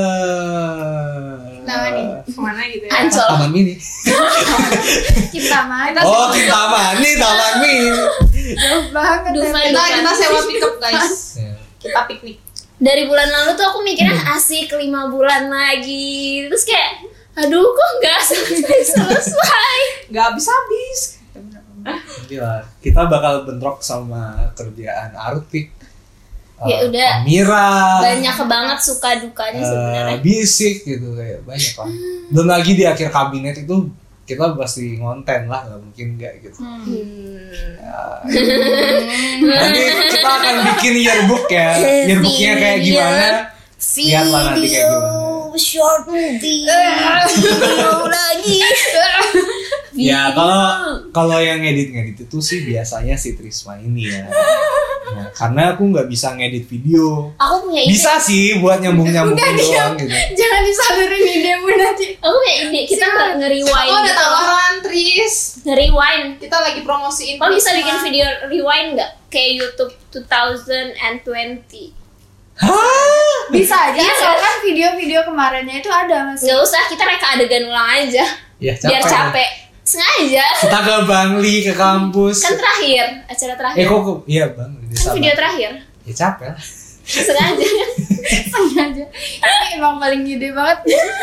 Nama nih.
kemana gitu ya?
Ancol.
Taman Mini.
Kita mah
Oh, kita Taman Mini, Taman Mini.
jauh banget.
Dufan,
ya.
Kita kita sewa pickup guys.
Ya.
Kita piknik.
Dari bulan lalu tuh aku mikirnya
Hmm.
asik lima bulan lagi. Terus kayak, aduh kok nggak selesai-selesai.
Gak habis-habis.
Nanti lah, kita bakal bentrok sama kerjaan Artik.
Ya
eh,
udah.
Amira.
Banyak banget suka dukanya
eh,
sebenarnya.
bisik gitu kayak banyak lah. Belum lagi di akhir kabinet itu kita pasti ngonten lah, nggak mungkin nggak gitu.
Hmm.
Nanti kita akan bikin yearbook ya. Yearbooknya kayak gimana? Lihatlah nanti kayak gimana.
Short movie. Video lagi.
Ya
Video.
kalau kalau yang ngedit ngedit itu sih biasanya si Trisma ini ya. Nah, karena aku nggak bisa ngedit video.
Aku punya ide.
Bisa sih buat nyambung nyambungin
Udah, diam.
doang gitu.
Jangan disalurin idemu nanti.
Aku punya ide. Kita nge- nge-rewind.
Aku ada
gitu.
tawaran Tris.
Nge-rewind.
Kita lagi promosiin.
Kau bisa
Prisma.
bikin video rewind nggak? Kayak YouTube dua ribu dua puluh.
Hah?
Bisa aja.
Iya,
Soalnya kan video-video kemarinnya itu ada mas.
Nggak usah, kita reka adegan ulang aja.
Ya
Biar capek. Sengaja.
Kita ke Bangli ke kampus.
Kan terakhir, acara terakhir.
Eh kok kok iya Bang, di
Kan
sana.
video terakhir.
Ya capek lah.
Sengaja.
Sengaja. Ini emang paling ide banget.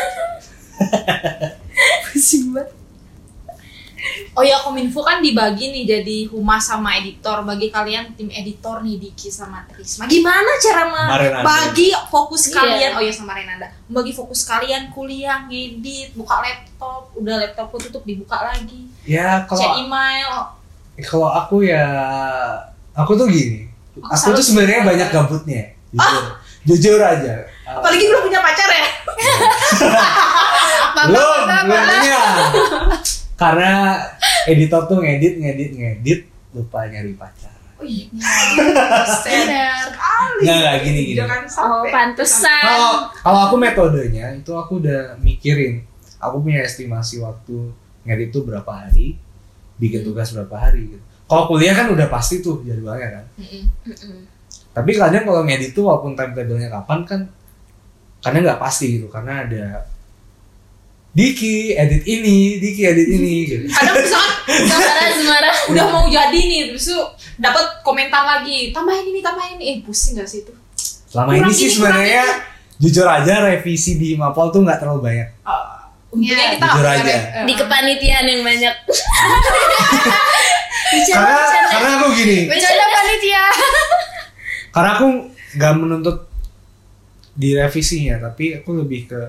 Pusing banget.
Oh ya, Kominfo kan dibagi nih jadi humas sama editor. Bagi kalian tim editor nih Diki sama Trisma, gimana cara
Sama Renanda.
bagi fokus
Iya.
kalian? Oh ya sama Renanda, bagi fokus kalian kuliah, ngedit, buka laptop, udah laptopku tutup dibuka lagi,
Ya
cek
kalau
email.
kalau aku ya aku tuh gini.
Aku
Aku
salut
tuh sebenarnya
sama
banyak
kalian.
gabutnya. Jujur. Jujur aja.
Apalagi belum punya pacar ya?
belum belum punya. Karena editor tuh ngedit ngedit ngedit lupa nyari pacar.
Oh iya.
Bener.
Nggak nggak gini gini.
Jangan
Oh,
sampai.
pantesan.
Kalau kalau aku metodenya itu aku udah mikirin. Aku punya estimasi waktu ngedit tuh berapa hari, bikin tugas berapa hari gitu. Kalau kuliah kan udah pasti tuh jadwalnya kan.
Mm-mm.
Mm-mm.
Tapi kadang kalau ngedit tuh walaupun timetable-nya kapan kan kadang nggak pasti gitu karena ada Diki edit ini, Diki edit ini gitu.
Kadang misalkan
Semarah, semarah.
udah mau jadi nih, terus tuh dapat komentar lagi, tambahin ini, tambahin ini, eh pusing gak sih itu?
Selama
Kurang
ini sih
ini,
sebenarnya jujur aja revisi di Mapol tuh nggak terlalu banyak.
Uh, untungnya
Ya,
kita
jujur
nggak
aja.
punya ref- eh,
Di kepanitiaan yang banyak. Bicara,
Karena
bercanda.
karena aku gini,
Bercanda panitia.
karena aku nggak menuntut di revisinya, tapi aku lebih ke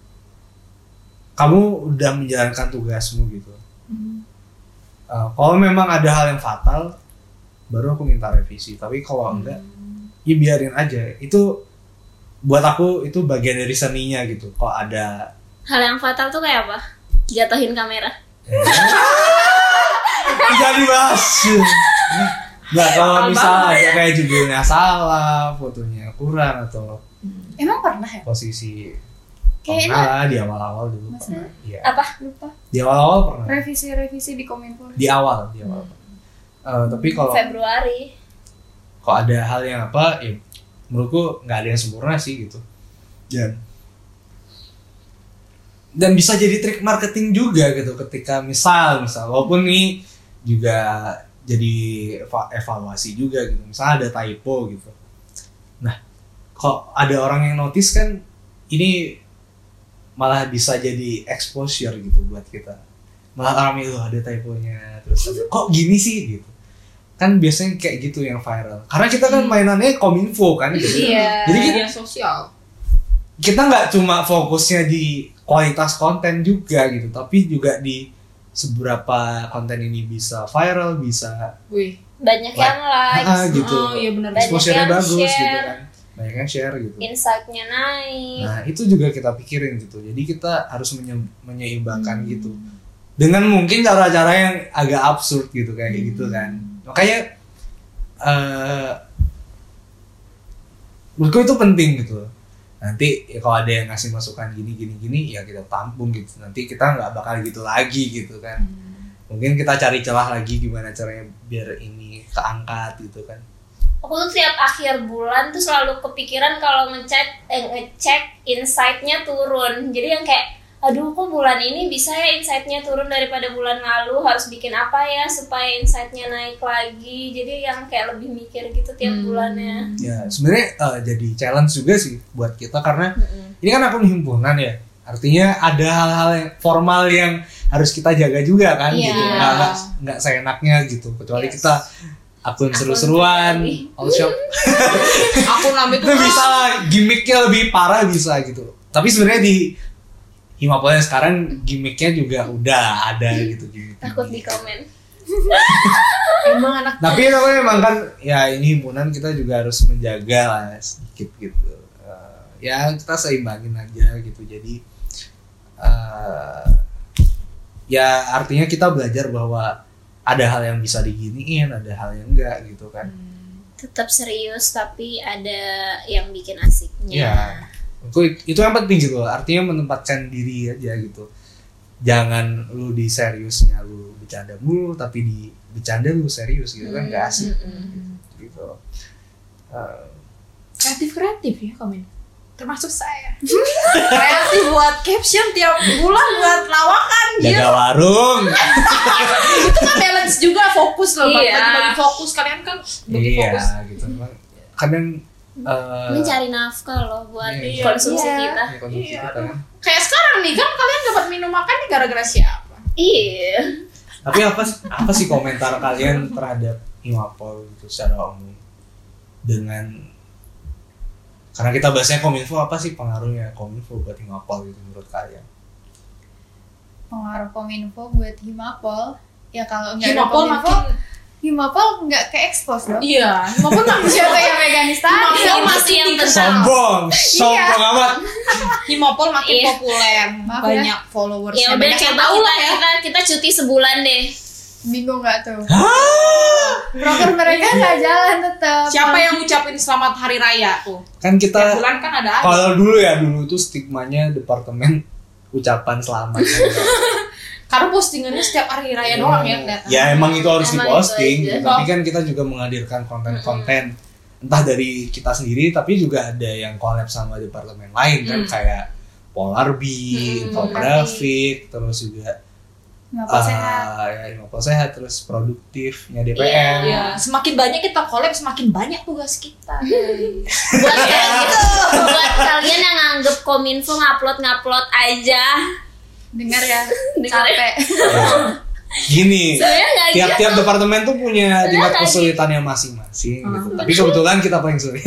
kamu udah menjalankan tugasmu gitu.
Hmm.
Uh, kalau memang ada hal yang fatal, baru aku minta revisi. Tapi kalau enggak, ya biarin aja. Itu buat aku itu bagian dari seninya gitu. Kok ada
Hal yang fatal tuh kayak apa? Jatuhin kamera.
jadi bahas. Nggak, kalau misal ada kayak judulnya salah, fotonya kurang atau
Emang pernah ya?
posisi
Kayaknya
pernah di awal-awal dulu.
Maksudnya?
Iya.
Apa?
Lupa.
Di awal-awal pernah.
Revisi-revisi di Kominfo.
Di awal, di awal. Eh, tapi kalau
Februari.
kalau ada hal yang apa, ya menurutku nggak ada yang sempurna sih gitu. Dan dan bisa jadi trik marketing juga gitu ketika misal misal walaupun ini juga jadi eva- evaluasi juga gitu. Misal ada typo gitu. Nah, kok ada orang yang notice kan ini malah bisa jadi exposure gitu buat kita. Malah orang itu ada typonya terus ada, kok gini sih gitu. Kan biasanya kayak gitu yang viral. Karena kita kan mainannya Kominfo kan gitu.
Iya.
Jadi kita,
Media sosial.
kita nggak cuma fokusnya di kualitas konten juga gitu, tapi juga di seberapa konten ini bisa viral, bisa
Wih.
Banyak
Like,
yang likes,
ah, gitu.
Oh iya benar.
Banyak
exposure-nya
yang
bagus
share.
gitu kan. Banyak yang share gitu.
insight-nya naik.
Nah, itu juga kita pikirin gitu. Jadi kita harus menye- menyeimbangkan gitu. Dengan mungkin cara-cara yang agak absurd gitu kayak gitu kan. Makanya eh menurutku itu penting gitu. Nanti ya kalau ada yang ngasih masukan gini gini gini ya kita tampung gitu. Nanti kita nggak bakal gitu lagi gitu kan. Mungkin kita cari celah lagi gimana caranya biar ini keangkat gitu kan.
Aku tuh tiap akhir bulan tuh selalu kepikiran kalau ngecek eh, ngecek insight-nya turun. Jadi yang kayak aduh kok bulan ini bisa ya insight-nya turun daripada bulan lalu, harus bikin apa ya supaya insight-nya naik lagi. Jadi yang kayak lebih mikir gitu tiap
Hmm.
bulannya.
Ya sebenarnya eh, jadi challenge juga sih buat kita karena ini kan akun himpunan ya. Artinya ada hal-hal yang formal yang harus kita jaga juga kan
Iya.
gitu. Nggak, nggak, nggak seenaknya gitu. Kecuali
Yes.
kita akun seru-seruan,
pribadi.
all shop.
Aku namanya
Itu bisa lah, gimmicknya lebih parah bisa gitu. Tapi sebenarnya di Himapolnya sekarang gimmicknya juga udah ada gitu gitu.
Takut di komen.
emang anak
Tapi namanya emang kan ya ini himpunan kita juga harus menjaga lah sedikit gitu. Eh, ya kita seimbangin aja gitu. Jadi eh, ya artinya kita belajar bahwa ada hal yang bisa diginiin, ada hal yang enggak gitu kan.
Tetap serius tapi ada yang bikin asiknya.
Iya. Itu, itu yang penting gitu. Artinya menempatkan diri aja gitu. Jangan lu di seriusnya lu bercanda mulu, tapi di bercanda lu serius gitu kan nggak asik gitu. Uh,
kreatif kreatif ya komen. Termasuk saya. Kreatif buat caption tiap bulan buat lawakan
jaga
gitu.
warung.
Itu kan balance juga fokus loh.
Iya.
Bagi-bagi fokus kalian kan bagi
Iya
fokus.
gitu. Kadang uh,
Mencari nafkah loh buat
Iya.
konsumsi
Iya.
kita.
ya, konsumsi
Iya,
kita kan.
Kayak sekarang nih kan kalian dapat minum makan nih gara-gara siapa?
Iya.
Tapi apa apa sih komentar kalian terhadap Himapol gitu secara umum? Dengan karena kita bahasnya Kominfo, apa sih pengaruhnya Kominfo buat Himapol gitu menurut kalian?
Pengaruh Kominfo buat Himapol, ya kalau nggak ada
Himapol
Kominfo,
makin
Himapol nggak ke expose dong.
iya, Himapol makin
Siapa yang megang istana?
Himapol
Itu
makin
yang
dikenal.
Sombong, sombong amat.
Himapol makin
Iya.
populer,
Maaf ya.
banyak followers.
Ya udah coba kita, kita kita cuti sebulan deh.
Bingung nggak tuh? Proker mereka nggak jalan tetap.
Siapa yang ngucapin selamat hari raya tuh?
Kan
Tiap
kita
bulan kan ada aja.
kalau dulu ya dulu tuh stigmanya departemen ucapan selamat.
Karena postingannya setiap hari raya doang ya kelihatan.
Ya emang itu harus
Emang
diposting,
itu aja.
gitu. Tapi kan kita juga menghadirkan konten-konten entah dari kita sendiri tapi juga ada yang collab sama departemen lain kan
Hmm.
kayak Polar B,
Hmm,
infografik, terus juga
Himapol sehat.
ah, ya Himapol sehat, terus produktifnya D P M.
Iya.
Ya, semakin banyak kita collab, semakin banyak tugas kita.
Buat kalian, buat kalian yang nganggep Kominfo ngupload ngupload aja.
Dengar ya,
Dengar ya.
capek.
Ya. Gini,
Sebenarnya nggak
tiap-tiap
gitu.
departemen tuh punya tingkat
nggak
kesulitannya masing-masing gitu.
Hmm.
Tapi kebetulan kita paling sulit.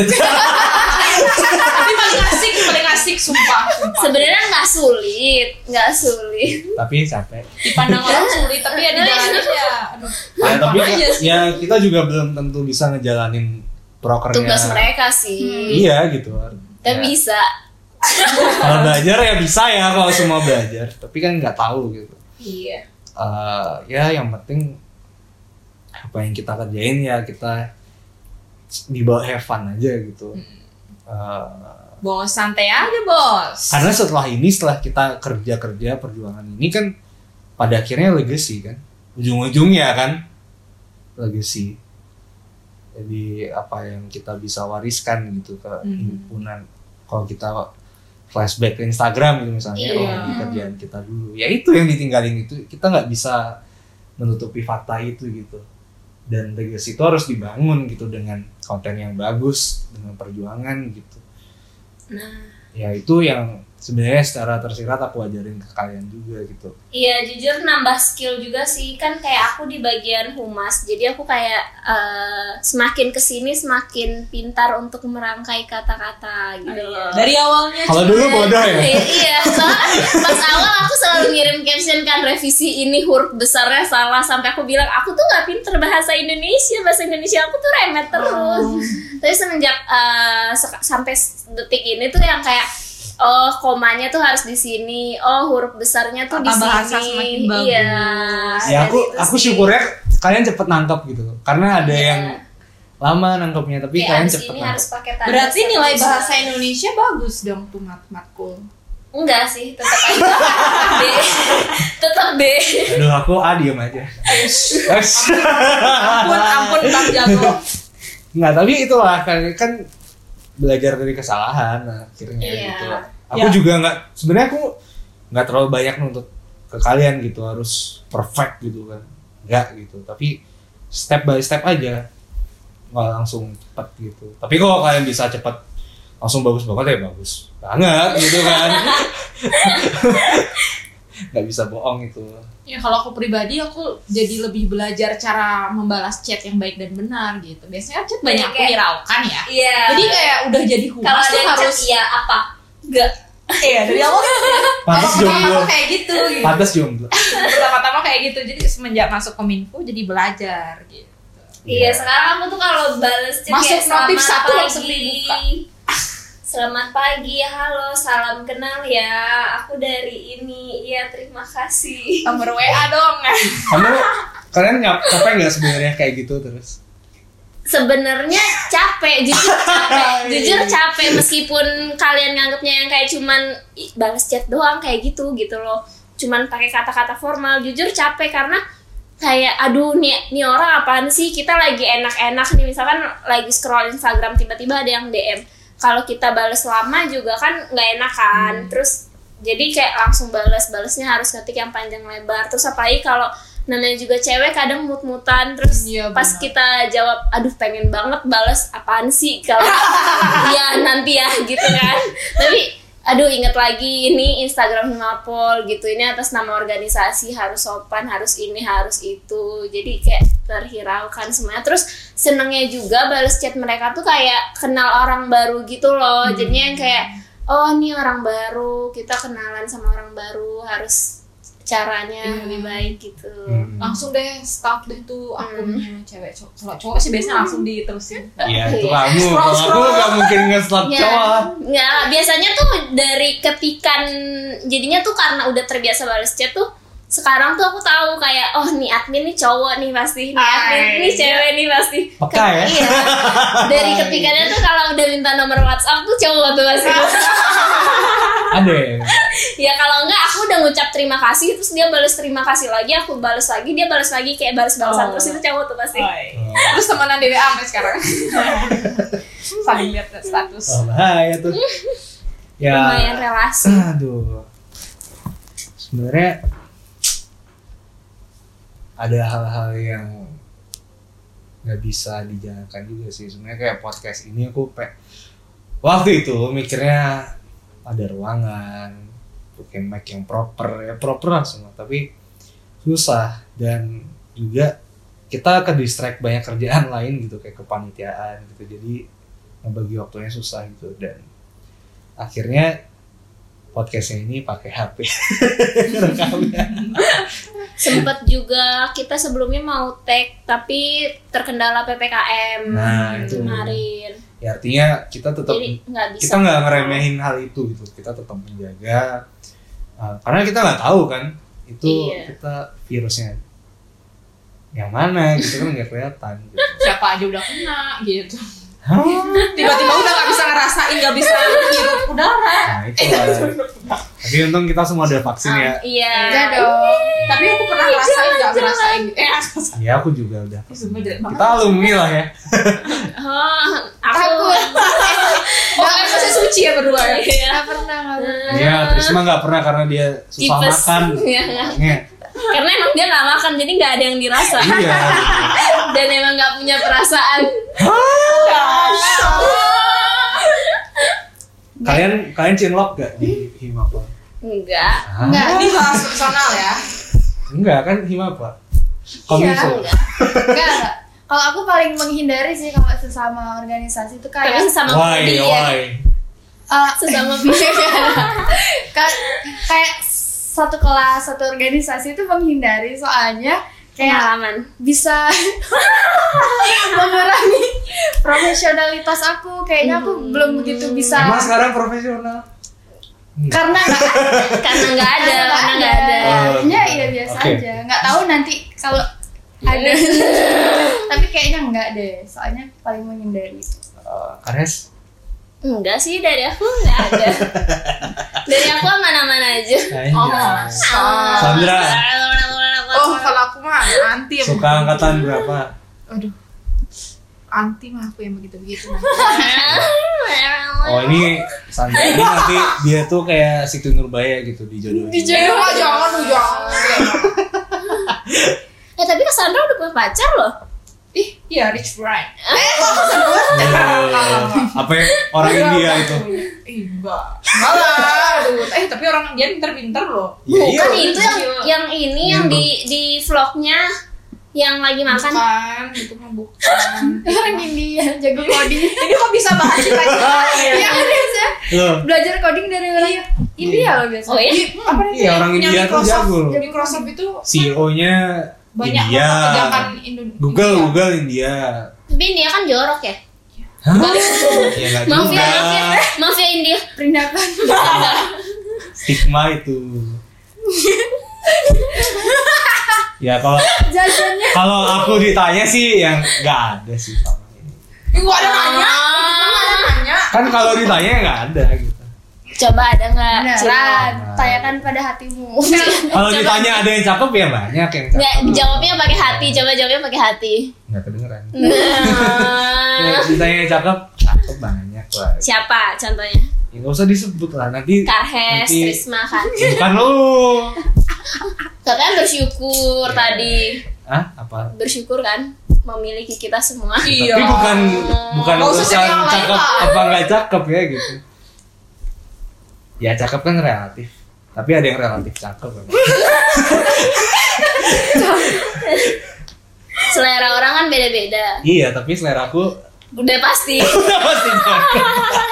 Tapi paling asik, paling asik, sumpah. sumpah.
Sebenarnya nggak sulit, nggak sulit.
Tapi capek.
Dipandang orang sulit, tapi ya dijalanin ya. Aduh.
Ya, tapi
Aja sih.
ya kita juga belum tentu bisa ngejalanin prokernya.
Tugas mereka sih.
Iya gitu.
Dan
Ya,
bisa.
kalau belajar ya bisa ya kalau semua belajar. Tapi kan nggak tahu gitu.
Iya.
Eh, ya yang penting apa yang kita kerjain ya kita dibawa have fun aja gitu. Hmm. Uh,
Bos santai aja bos.
Karena setelah ini, setelah kita kerja-kerja perjuangan ini kan pada akhirnya legacy kan, ujung-ujungnya kan legacy. Jadi apa yang kita bisa wariskan gitu ke himpunan. Mm-hmm. Kalau kita flashback ke Instagram gitu misalnya, yeah. oh di kerjaan kita dulu, ya itu yang ditinggalin itu kita nggak bisa menutupi fakta itu gitu. Dan legacy itu harus dibangun gitu dengan konten yang bagus, dengan perjuangan gitu. Nah, ya itu yang sebenarnya secara tersirat aku ajarin ke kalian juga gitu.
Iya, jujur nambah skill juga sih. Kan kayak aku di bagian humas, jadi aku kayak uh, semakin kesini semakin pintar untuk merangkai kata-kata gitu. Oh, iya.
Dari awalnya.
Kalau dulu bodoh ya.
Iya, soalnya pas awal aku selalu ngirim caption kan revisi ini huruf besarnya salah sampai aku bilang aku tuh nggak pinter bahasa Indonesia, bahasa Indonesia aku tuh remet terus. Oh. Tapi semenjak uh, se- sampai detik ini tuh yang kayak oh komanya tuh harus di sini, oh huruf besarnya tuh di sini.
Bahasa semakin bagus.
Iya.
Ya aku aku syukurnya kalian cepet nangkep gitu, karena ada yeah. yang lama nangkepnya tapi
kayak
kalian cepet
nangkep.
Berarti nilai bahasa Indonesia bagus dong tuh mat-matkul.
Enggak sih, tetap aja B. Tetap B.
Aduh aku A diem aja.
ampun ampun Bang Jago.
Nggak, tapi itulah kan kan belajar dari kesalahan akhirnya yeah. gitu. Aku yeah. juga nggak, sebenarnya aku nggak terlalu banyak nuntut ke kalian gitu harus perfect gitu kan, nggak gitu. Tapi step by step aja, nggak langsung cepet gitu. Tapi kalau kalian bisa cepet langsung bagus banget ya bagus banget gitu kan. Nggak bisa bohong itu.
Ya kalau aku pribadi aku jadi lebih belajar cara membalas chat yang baik dan benar gitu. Biasanya chat banyak aku hiraukan ya.
Iya.
Jadi kayak udah jadi humas
kalau
tuh harus
chat, iya apa? Enggak.
Iya dari awal
pantas jomblo.
Kayak gitu. gitu.
Pantas jomblo.
Pertama-tama kayak gitu. Jadi semenjak masuk Kominfo jadi belajar gitu.
Iya, sekarang aku tuh kalau balas chat
masuk notif satu
pagi.
langsung dibuka.
Selamat pagi, halo, salam kenal ya. Aku dari ini, iya terima kasih.
Nomor W A dong.
Kamu, kalian nggak capek nggak sebenarnya kayak gitu terus?
Sebenarnya capek, jujur capek, jujur capek meskipun kalian nganggapnya yang kayak cuman ih, balas chat doang kayak gitu gitu loh. Cuman pakai kata-kata formal, jujur capek karena kayak aduh nih nih orang apaan sih, kita lagi enak-enak nih misalkan lagi scroll Instagram tiba-tiba ada yang D M. Kalau kita balas lama juga kan nggak enak kan, hmm. terus jadi kayak langsung balas balesnya harus ngetik yang panjang lebar. Terus apalagi kalau namanya juga cewek kadang mut-mutan, terus ya, pas kita jawab aduh pengen banget balas apaan sih kalau ya nanti ya gitu kan. Tapi aduh inget lagi ini Instagram Himapol gitu, ini atas nama organisasi harus sopan, harus ini harus itu, jadi kayak terhiraukan semuanya. Terus senengnya juga balas chat mereka tuh kayak kenal orang baru gitu loh, hmm. jadinya yang kayak oh nih orang baru, kita kenalan sama orang baru, harus caranya hmm. lebih baik gitu.
Hmm.
Langsung deh stalk deh tuh akunnya hmm. cewek cowok. Kalau cowok sih biasanya langsung diterusin.
Iya itu kamu. Kalau aku nggak mungkin nge-stalk ya. cowok.
Nggak, biasanya tuh dari ketikan, jadinya tuh karena udah terbiasa balas chat tuh. Sekarang tuh aku tahu kayak oh nih admin nih cowok nih pasti, nih admin nih cewek nih pasti.
Peka ya?
Iya. Dari ketikannya tuh kalau udah minta nomor WhatsApp tuh cowok tuh pasti.
Ada ya?
Ya kalau enggak aku udah ngucap terima kasih terus dia balas terima kasih lagi, aku balas lagi, dia balas lagi kayak balas-balasan oh. terus itu cowok tuh pasti. Oh.
Terus temenan di W A sampai sekarang. Saling lihat status.
Oh, bahaya tuh. Ya.
Lumayan relasi.
Aduh. Sebenarnya ada hal-hal yang nggak bisa dijalankan juga sih. Sebenarnya kayak podcast ini aku pe waktu itu mikirnya ada ruangan, pakai mic yang proper, ya proper lah semua. Tapi susah dan juga kita ke distract banyak kerjaan lain gitu kayak kepanitiaan gitu. Jadi ngebagi waktunya susah gitu dan akhirnya podcastnya ini pakai H P rekamnya.
Sempet juga kita sebelumnya mau tag tapi terkendala P P K M
nah, itu
kemarin.
Ya artinya kita tetap kita nggak ngeremehin hal itu gitu, kita tetap menjaga uh, karena kita nggak tahu kan itu iya. kita virusnya yang mana gitu kan nggak kelihatan gitu.
Siapa aja udah kena gitu. Tiba-tiba udah nggak bisa ngerasain, nggak bisa hirup udara.
Nah itu lah. Tapi untung kita semua ada vaksin ya.
Iya.
Enggak dong.
Tapi aku pernah ngerasain nggak ngerasain. Eh,
Iya aku juga udah.
sumpah jelek banget.
Kita alumni lah ya.
Oh, aku
Takut.
Oh, kalian masih suci ya berdua ya?
Iya.
Nggak pernah, nggak pernah.
Iya Trisma nggak pernah karena dia susah
Tipes.
makan.
Iya.
Iya.
Karena emang dia nggak makan, jadi nggak ada yang dirasa.
Iya.
Dan emang nggak punya perasaan.
Kalian kalian cinlok gak di Himapa?
Enggak.
Enggak.
Ini bahas personal ya.
Enggak kan Himapa? Kominfo.
Enggak, enggak. Kalau aku paling menghindari sih kalau sesama organisasi itu
Tapi
kayak
sama
Why
dia.
why?
eh,
Sesama dia.
Ka- kayak satu kelas, satu organisasi itu menghindari soalnya kayak
Pengalaman.
bisa mengurangi profesionalitas aku. Kayaknya aku
Hmm.
belum begitu bisa
Emang sekarang profesional?
karena nggak
Karena nggak ada, karena nggak ada.
Oh,
ya iya biasa
oke.
aja. Nggak tahu nanti kalau ada. Tapi kayaknya enggak deh. Soalnya paling menghindari.
Uh, Kares?
Enggak sih, dari aku nggak ada. Dari aku aman-aman aja.
Oh,
Sandra.
Oh, kalau aku mah anti.
Suka angkatan berapa?
Aduh. Anti mah aku yang begitu-begitu.
Oh ini Sandra ini nanti dia tuh kayak Siti Nurbaya gitu dijodohin.
Eh, wah, jangan lu jangan.
Eh tapi Cassandra udah punya pacar loh.
Ih, iya rich bride.
Oh, apa ya? Orang India itu?
Ih, enggak. Enggak lah. Aduh, eh tapi orang dia pinter-pinter loh.
Iya, iya.
Kan itu yang yang ini yang di di vlognya yang lagi makan.
Bukan, itu mah bukan.
Orang India jago coding.
Ini kok bisa bahas kita
Ya kan biasa
Loh,
belajar coding dari orang India loh biasa.
Oh ya?
Apa namanya?
Iya, orang
Punya
India tuh
Microsoft.
jago loh.
Jadi Microsoft itu
C E O-nya
banyak
India.
mempekerjakan Indonesia.
Google, Google India.
Tapi India kan jorok ya.
Hah? Ya enggak
Maaf ya,
juga.
maaf ya, maaf ya India.
Perindakan.
Stigma itu. Ya kalau
Jajannya.
kalau aku ditanya sih yang nggak ada sih sama ini.
Ih, gua ada nanya. Gua ada nanya.
Kan kalau ditanya nggak ada gitu.
Coba ada nggak?
Beneran, tanyakan pada hatimu.
Kalau ditanya ada yang cakep ya banyak yang
Nggak,
cakep.
jawabnya pakai hati. Coba jawabnya pakai hati.
Nggak kedengeran.
Nah,
Ya, ditanya yang cakep, cakep banyak lah.
siapa contohnya?
Ya nggak usah disebut lah nanti.
Karhes,
nanti-
Trisma kan.
Bukan lu.
Katanya bersyukur
Ya.
tadi.
Ah apa?
Bersyukur kan memiliki kita semua.
Iya.
Tapi bukan bukan
Nggak usah
urusan
jadi orang lain
cakep
lah.
apa nggak cakep ya gitu. Ya cakep kan relatif. Tapi ada yang relatif cakep memang.
Selera orang kan beda-beda.
Iya, tapi selera aku
Udah pasti.
udah pasti cakep.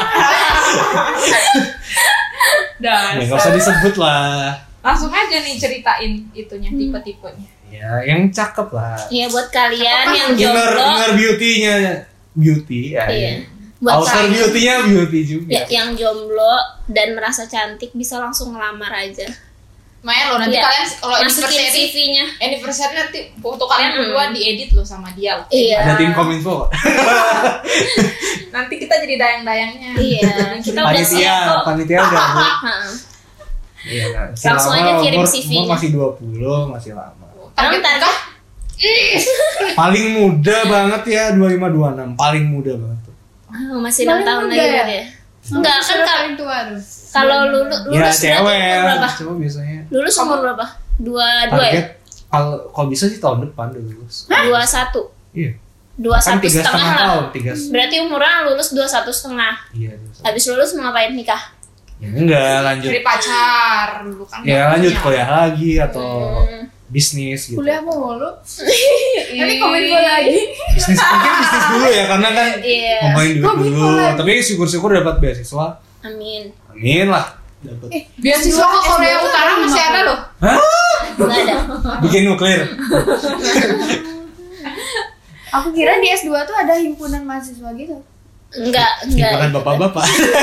Dan
Ya nggak usah disebut lah.
langsung aja nih ceritain itunya, tipe-tipenya.
Ya yang cakep lah.
Iya buat kalian yang
Inner
jomblo.
inner beauty-nya beauty ya.
Iya.
ya.
Buat
Outer
kalian
beauty-nya beauty juga.
ya, yang jomblo dan merasa cantik bisa langsung ngelamar aja.
Lumayan loh nanti
Iya.
kalian kalau
Masukin
anniversary
C V-nya.
anniversary nanti foto kalian
Hmm.
berdua diedit loh sama dia loh.
Iya.
Ada tim kominfo kok.
Nanti kita jadi dayang-dayangnya.
Iya. Kita udah siap
Panitia,
kok.
panitia udah bu.
Heeh.
Iya, nah, si
Langsung
lama
aja kirim
umur,
C V-nya.
umur masih dua puluh, masih lama.
Target
Target-
nikah
Paling muda banget ya dua lima dua enam, paling muda banget tuh.
Oh, masih enam
Paling
tahun
muda
lagi
ya?
berarti ya? Enggak kan kalau
paling tua tuh.
kalau lulu, lulus
Ya
berarti
cewek,
umur berapa?
coba biasanya.
Lulus umur berapa? Dua dua ya?
Target kalau kalau bisa sih tahun depan udah lulus.
Dua satu.
Iya.
Dua
Kan
satu
tiga
setengah
setengah
lah.
tahun, tiga.
Berarti umurnya lulus dua satu setengah.
Iya. dua setengah.
Habis lulus mau ngapain nikah?
Ya enggak lanjut.
cari pacar dulu kan.
Ya
nggak
lanjut
punya.
kuliah lagi atau
Hmm.
bisnis gitu.
Kuliah mulu. Nanti kominfo lagi.
Bisnis mungkin bisnis dulu ya karena kan
Iya.
ngomongin duit
Kominfo
dulu.
lagi.
Tapi syukur-syukur dapat beasiswa.
Amin.
Amin lah. Dapat.
Eh,
Beasiswa ke Korea Utara masih ada loh.
Hah?
Enggak ada.
Bikin nuklir.
Aku kira di S dua tuh ada himpunan mahasiswa gitu.
Enggak, enggak.
Bukan bapak-bapak.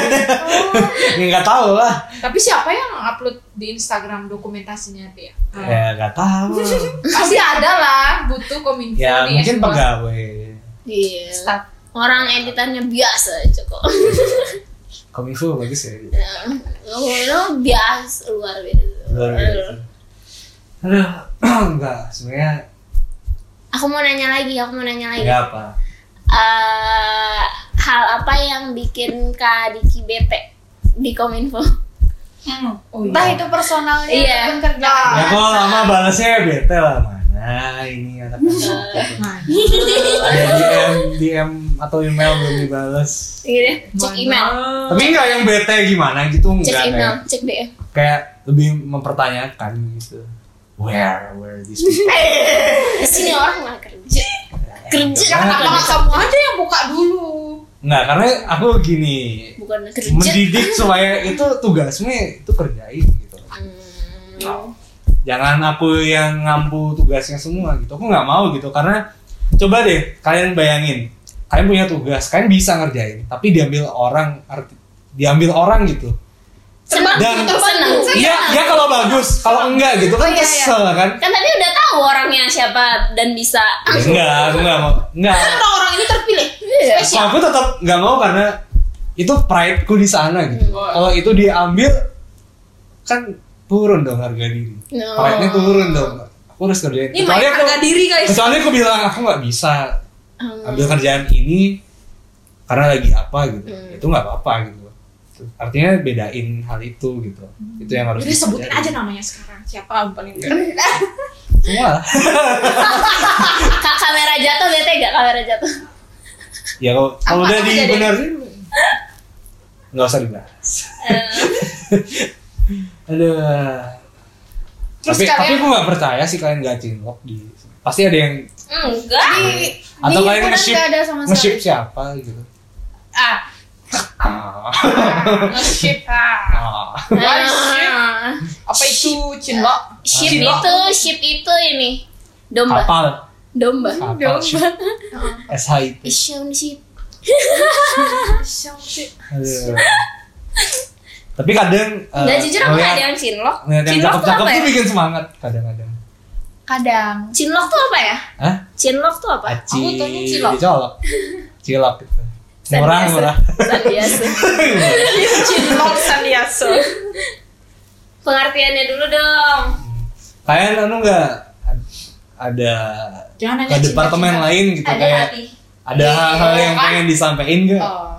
Nggak tahu lah.
Tapi siapa yang upload di Instagram dokumentasinya dia? Hmm.
Ya nggak tahu.
Pasti ada lah, butuh kominfo
Ya
nih.
mungkin
S dua.
pegawai.
Iya.
Staff.
Orang editannya biasa aja kok.
Kominfo bagus ya.
Oh, biasa, luar biasa.
Luar biasa. Aduh, enggak, sebenarnya
Aku mau nanya lagi, aku mau nanya lagi.
enggak apa.
Eh, hal apa yang bikin Kak Diki bete di Kominfo?
Hmm.
Oh,
Entah
iya.
itu personalnya
Iya.
ataupun kerjaan.
Ya kalau lama balasnya bete lah, mana ini anak-anak.
Nah,
Ada D M, D M atau email belum dibalas.
Iya deh, cek
mana?
email.
Tapi enggak yang bete gimana gitu
Cek
enggak
email,
kayak,
cek D M.
kayak lebih mempertanyakan gitu. Where, where these people?
Di sini orang nggak kerja. Kerja.
kenapa nggak kamu aja yang buka dulu?
Enggak, karena aku gini,
Bukan kerja.
mendidik supaya itu tugasmu itu kerjain gitu.
Hmm.
Jangan aku yang ngampu tugasnya semua gitu. Aku nggak mau gitu karena coba deh kalian bayangin, kalian punya tugas, kalian bisa ngerjain, tapi diambil orang, arti, diambil orang gitu.
Senang,
Dan-
senang.
Iya, ya kalau bagus, kalau enggak gitu kan
Oh, iya, iya.
kesel kan?
Kan tadi udah tahu orangnya siapa dan bisa.
Ya, enggak, aku nggak mau, enggak.
Orang-orang ini terpilih.
Iya.
Kalau aku tetap nggak mau karena itu pride-ku di sana gitu.
Hmm.
Kalau itu diambil kan turun dong harga diri.
No.
Pride-nya turun dong. Aku harus kerjain.
Ini
Kecuali
main
aku,
harga diri guys.
kecuali aku bilang aku nggak bisa
Hmm.
ambil kerjaan ini karena lagi apa gitu.
Hmm.
Itu nggak apa-apa gitu. Artinya bedain hal itu gitu. Itu yang harus
Jadi sebutin
dipelajari.
aja namanya sekarang. Siapa yang paling keren?
Semua.
Kak, kamera jatuh bete gak kamera jatuh?
Ya kalau kalau
Apa
udah
aja deh.
dibenerin nggak usah dibahas.
Eh,
Aduh.
Terus
tapi
kalian-
tapi aku nggak percaya sih kalian nggak cinlok di. Pasti ada yang
enggak.
Di,
atau
di
kalian
himpunan
nge-ship
nggak ada sama
nge-ship
sekali.
siapa gitu.
Ah,
Ah.
Nge-ship.
Ah.
Ah.
Apa itu cinlok?
Ship
Cinlok.
itu, ship itu ini domba.
Kapal.
Domba.
Kapal ship. S H I P.
Isyaun ship.
Aduh. Tapi kadang eh,
Nggak jujur aku nggak
ngeliat-
ada yang cinlok.
ngeliat yang
Cinlok tuh
cakep-cakep
apa ya?
tuh bikin semangat kadang-kadang.
kadang.
Cinlok tuh apa ya?
Hah?
Cinlok tuh apa?
Aci.
Aku taunya cilok.
Dicolok. Cilok gitu. Murah,
Sandiasa.
murah.
Sandiasa.
Cinlok Sandiaso.
Pengertiannya dulu dong.
Kalian anu nggak ada
Jangan
ke
nanya
departemen
cinta-cinta.
lain gitu
Ada
kayak
hati.
ada hal-hal yang
Kan?
pengen disampaikan nggak?
Oh.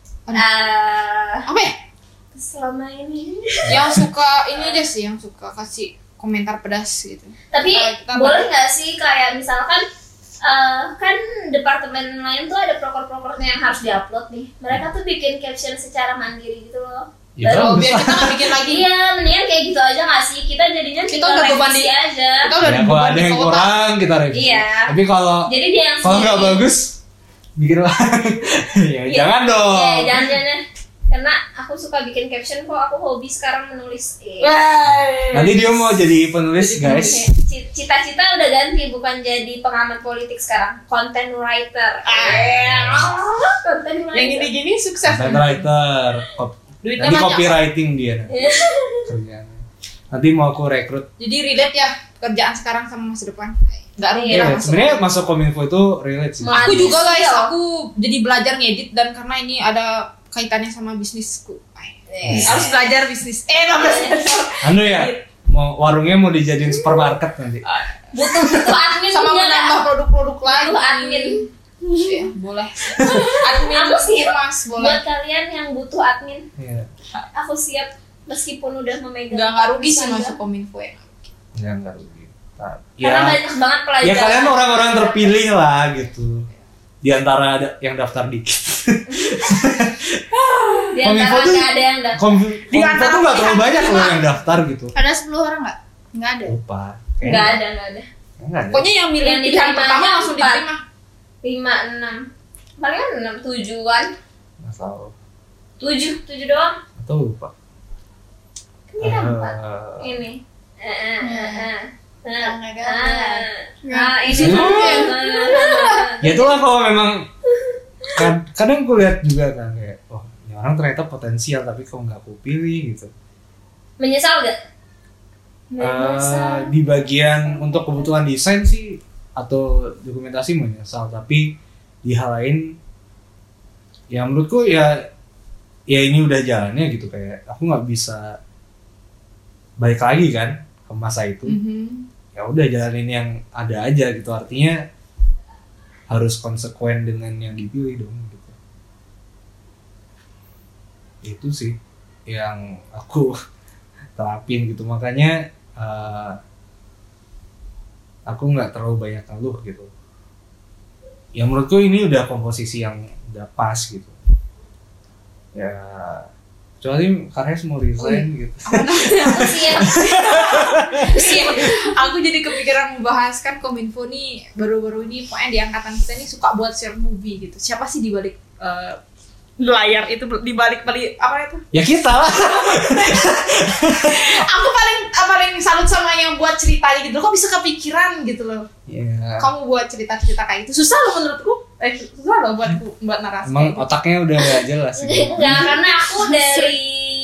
Eh,
Apa ya?
selama ini.
Yang suka ini aja sih, yang suka kasih komentar pedas gitu.
Tapi
Kalau kita
boleh nggak sih kayak misalkan eh, kan departemen lain tuh ada proker-prokernya yang harus diupload nih. Mereka tuh bikin caption secara mandiri gitu loh.
Ya,
Baru-
Oh,
bagus
biar
lah.
kita nggak bikin lagi.
Iya, mendingan kayak gitu aja nggak sih? Kita jadinya
Kita
tinggal
udah beban
revisi
di-
aja.
Kita udah
Ya, kalau
beban
ada
di
yang
kota.
kurang kita revisi.
Iya.
Tapi kalau
Jadi dia yang
kalau nggak
sendiri.
bagus bikin lagi. Ya,
Iya.
jangan dong.
Ya, jangan jangan. Karena aku suka bikin caption kok, aku hobi sekarang menulis. Eh.
Nanti dia mau jadi penulis guys.
C- Cita-cita udah ganti, bukan jadi pengamat politik sekarang, content writer. Eh, content writer.
Yang gini-gini sukses.
Content writer. Cop-
Duitnya
Nanti
banyak.
copywriting dia kerjanya. Nanti mau aku rekrut.
Jadi relate ya kerjaan sekarang sama masa depan. Nggak rugi
Iya,
lah
Ya,
masuk.
sebenarnya masuk kominfo itu relate sih.
Ma-
Aku juga guys,
Skill.
aku jadi belajar ngedit dan karena ini ada kaitannya sama bisnisku. Ay,
Eh.
harus belajar bisnis. Eh, nggak belajar.
Anu ya, mau warungnya mau dijadiin supermarket nanti.
butuh butuh admin
Sama
punya
menambah
nggak?
produk-produk lain.
Butuh admin.
Iya, boleh. Admin
Aku sih
mas, boleh.
buat kalian yang butuh admin,
Iya.
aku siap meskipun udah memegang.
Nggak nggak rugi sih
Instagram.
masuk kominfo ya.
Ya enggak rugi. Nah,
Karena
Ya,
banyak banget pelajaran.
ya kalian orang-orang terpilih lah gitu. Di antara ada yang daftar dikit.
Di antara
Kominfo tuh-
nggak ada yang datang.
Kom-
Di
Kominfo
antara
tuh nggak terlalu
pihak
banyak loh
lima.
yang daftar gitu.
Ada sepuluh orang nggak? Nggak ada.
Lupa.
Nggak ada nggak ada.
Enggak ada.
Pokoknya yang milih
Yang
pilihan
diterima
pertama
aja
langsung
empat.
diterima.
Lima enam. Palingan enam tujuh kan?
Nggak tahu.
Tujuh tujuh doang.
Atau lupa.
Kan kita empat.
Eh,
Ini. Eh, eh, eh, eh. Eh,
Nggak ada.
ah.
Nggak.
Ah, ini
Hmm.
tuh.
Ya itulah kalau memang kad- kadang gue lihat juga kan kayak oh ini orang ternyata potensial tapi kok nggak aku pilih gitu.
Menyesal gak?
Uh, di bagian untuk kebutuhan desain sih atau dokumentasi menyesal, tapi di hal lain ya menurutku ya ya ini udah jalannya gitu, kayak aku nggak bisa balik lagi kan ke masa itu. Mm-hmm. Ya udah jalanin yang ada aja gitu, artinya harus konsekuen dengan yang dipilih dong gitu. Itu sih yang aku terapin gitu, makanya Uh, aku nggak terlalu banyak ngeluh gitu. Ya menurutku ini udah komposisi yang udah pas gitu. Ya kecuali karya mau resign oh, gitu.
Aku siap. Siap. Aku jadi kepikiran membahas kan Kominfo nih baru-baru ini pokoknya di angkatan kita nih suka buat short movie gitu. Siapa sih di balik uh, layar itu, di balik balik apa itu?
Ya kita lah.
Aku paling paling salut sama yang buat ceritanya gitu. Kok bisa kepikiran gitu loh.
Yeah.
Kamu buat cerita-cerita kayak itu susah loh menurutku. Eh susah loh buat buat narasi.
Emang gitu. Otaknya udah gak jelas gitu.
Enggak, karena aku dari